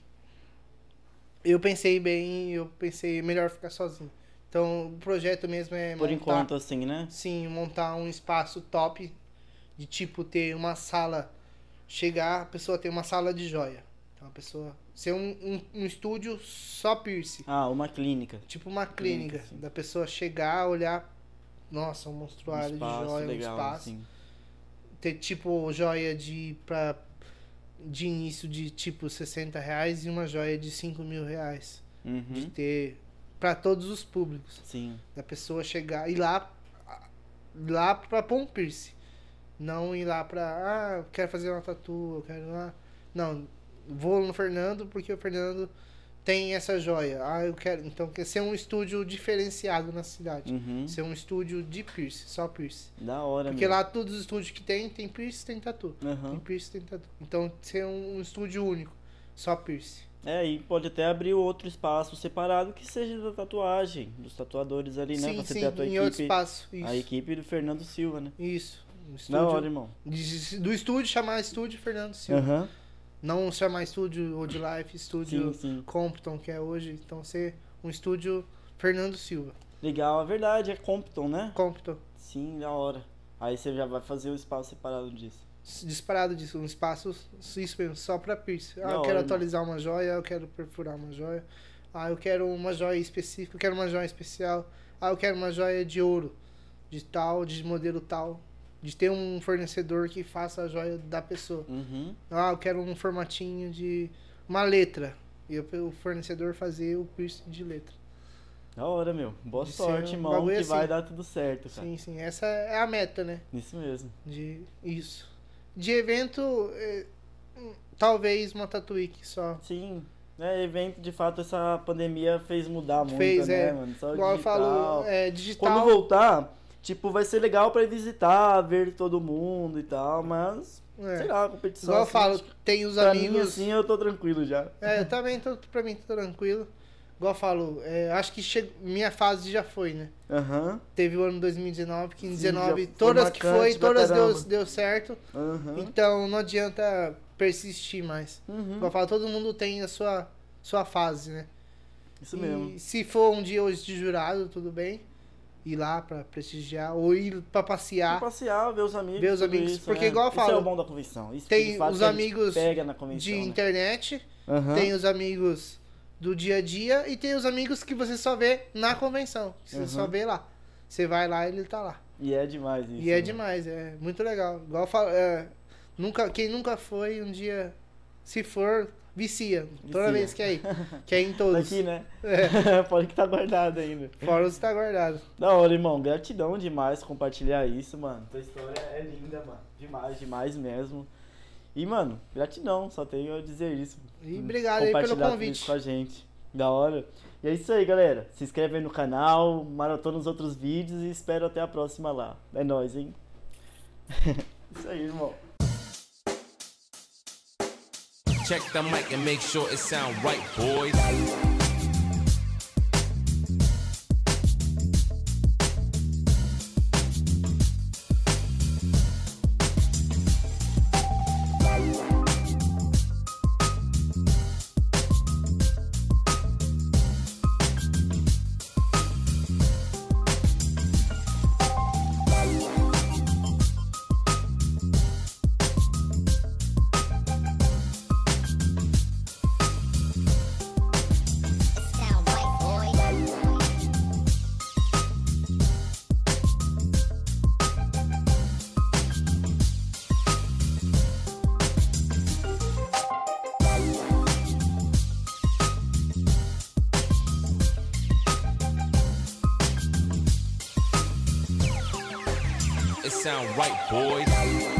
eu pensei bem, eu pensei melhor ficar sozinho. Então o projeto mesmo é Por montar, enquanto, assim, né? sim, montar um espaço top de tipo ter uma sala, chegar, a pessoa ter uma sala de joia. Então a pessoa ser um, um, um estúdio só piercing, Ah, uma clínica. tipo uma clínica, Clínica, sim. da pessoa chegar, olhar, nossa, um Um monstruário de espaço joia, um legal, espaço. assim. Ter tipo joia de pra, de início de tipo sessenta reais e uma joia de cinco mil reais. De Uhum. ter pra todos os públicos. Sim. Da pessoa chegar, ir lá, ir lá pra pôr um piercing. Não ir lá pra, ah, eu quero fazer uma tatu, eu quero lá. Não, vou no Fernando porque o Fernando tem essa joia. Ah, eu quero. Então quer ser um estúdio diferenciado na cidade. Uhum. Ser um estúdio de piercing, só piercing. Da hora, Porque meu. lá todos os estúdios que tem, tem piercing, tem tatu. Tem Aham. piercing, tem tatu. Então ser um, um estúdio único, só piercing. É, e pode até abrir outro espaço separado que seja da tatuagem, dos tatuadores ali, né? Sim, Você sim, ter a tua em equipe. outro espaço. Isso. A equipe do Fernando Silva, né? Isso. Um Da estúdio, hora, irmão. de- do estúdio chamar estúdio Fernando Silva. Aham. Não chamar estúdio Old Life, estúdio Sim, sim. Compton, que é hoje. Então ser um estúdio Fernando Silva. Legal, é verdade, é Compton, né? Compton. Sim, da hora. Aí você já vai fazer o espaço separado disso. Disparado disso, um espaço, isso mesmo, só pra piercing. Ah, Da eu hora, quero irmão. atualizar uma joia, eu quero perfurar uma joia. Ah, eu quero uma joia específica, eu quero uma joia especial. Ah, eu quero uma joia de ouro, de tal, de modelo tal. De ter um fornecedor que faça a joia da pessoa. Uhum. Ah, eu quero um formatinho de uma letra. E eu- o fornecedor fazer o piercing de letra. Da hora, meu. Boa De ser sorte, um irmão, bagulho que assim. vai dar tudo certo, cara. Sim, sim. Essa é a meta, né? Isso mesmo. De isso. De evento, é, talvez uma Tatuíque só. Sim. É, evento, de fato, essa pandemia fez mudar muito, Fez, né, é. mano? Só Igual eu digital. falo, é, digital. Quando voltar, tipo, vai ser legal pra ir visitar, ver todo mundo e tal, mas, É. sei lá, a competição... Igual eu assim, falo, acho que tem os pra amigos. mim, assim, eu tô tranquilo já. É, eu também tô, pra mim, tô tranquilo. Igual eu falo, é, acho que che... minha fase já foi, né? Aham, Teve o ano dois mil e dezenove, que em Sim, dezenove, já foi todas que marcante foi, pra todas deu, caramba. deu certo. aham. Então não adianta persistir mais. Uhum, Igual eu falo, todo mundo tem a sua, sua fase, né? isso E mesmo. se for um dia hoje de jurado, tudo bem. Ir lá pra prestigiar, ou ir pra passear. Pra passear, ver os amigos, Ver os tudo amigos, isso, porque né? igual eu Isso é falo, o bom da convenção. Isso tem que, de fato, os que a gente amigos pega na convenção, de né? internet, Aham. tem os amigos do dia a dia e tem os amigos que você só vê na convenção. Que você Uhum. só vê lá. Você vai lá e ele tá lá. E é demais isso. E é né? demais, é muito legal. Igual eu falo, é, nunca, quem nunca foi, um dia, se for, vicia. Toda Vicia. vez que é ir. Que é em todos. Daqui, né? É, Pode que tá guardado ainda. fora os tá guardado. Da hora, irmão. Gratidão demais por compartilhar isso, mano. Tua história é linda, mano. Demais, demais mesmo. E, mano, gratidão. Só tenho a dizer isso. E obrigado aí pelo Compartilhar tudo convite. isso com a gente. Da hora. E é isso aí, galera. Se inscreve aí no canal, maratona os outros vídeos e espero até a próxima lá. É nóis, hein? Isso aí, irmão. Check the mic and make sure it sound right, boys. Sound right, boy. It sound right, boys.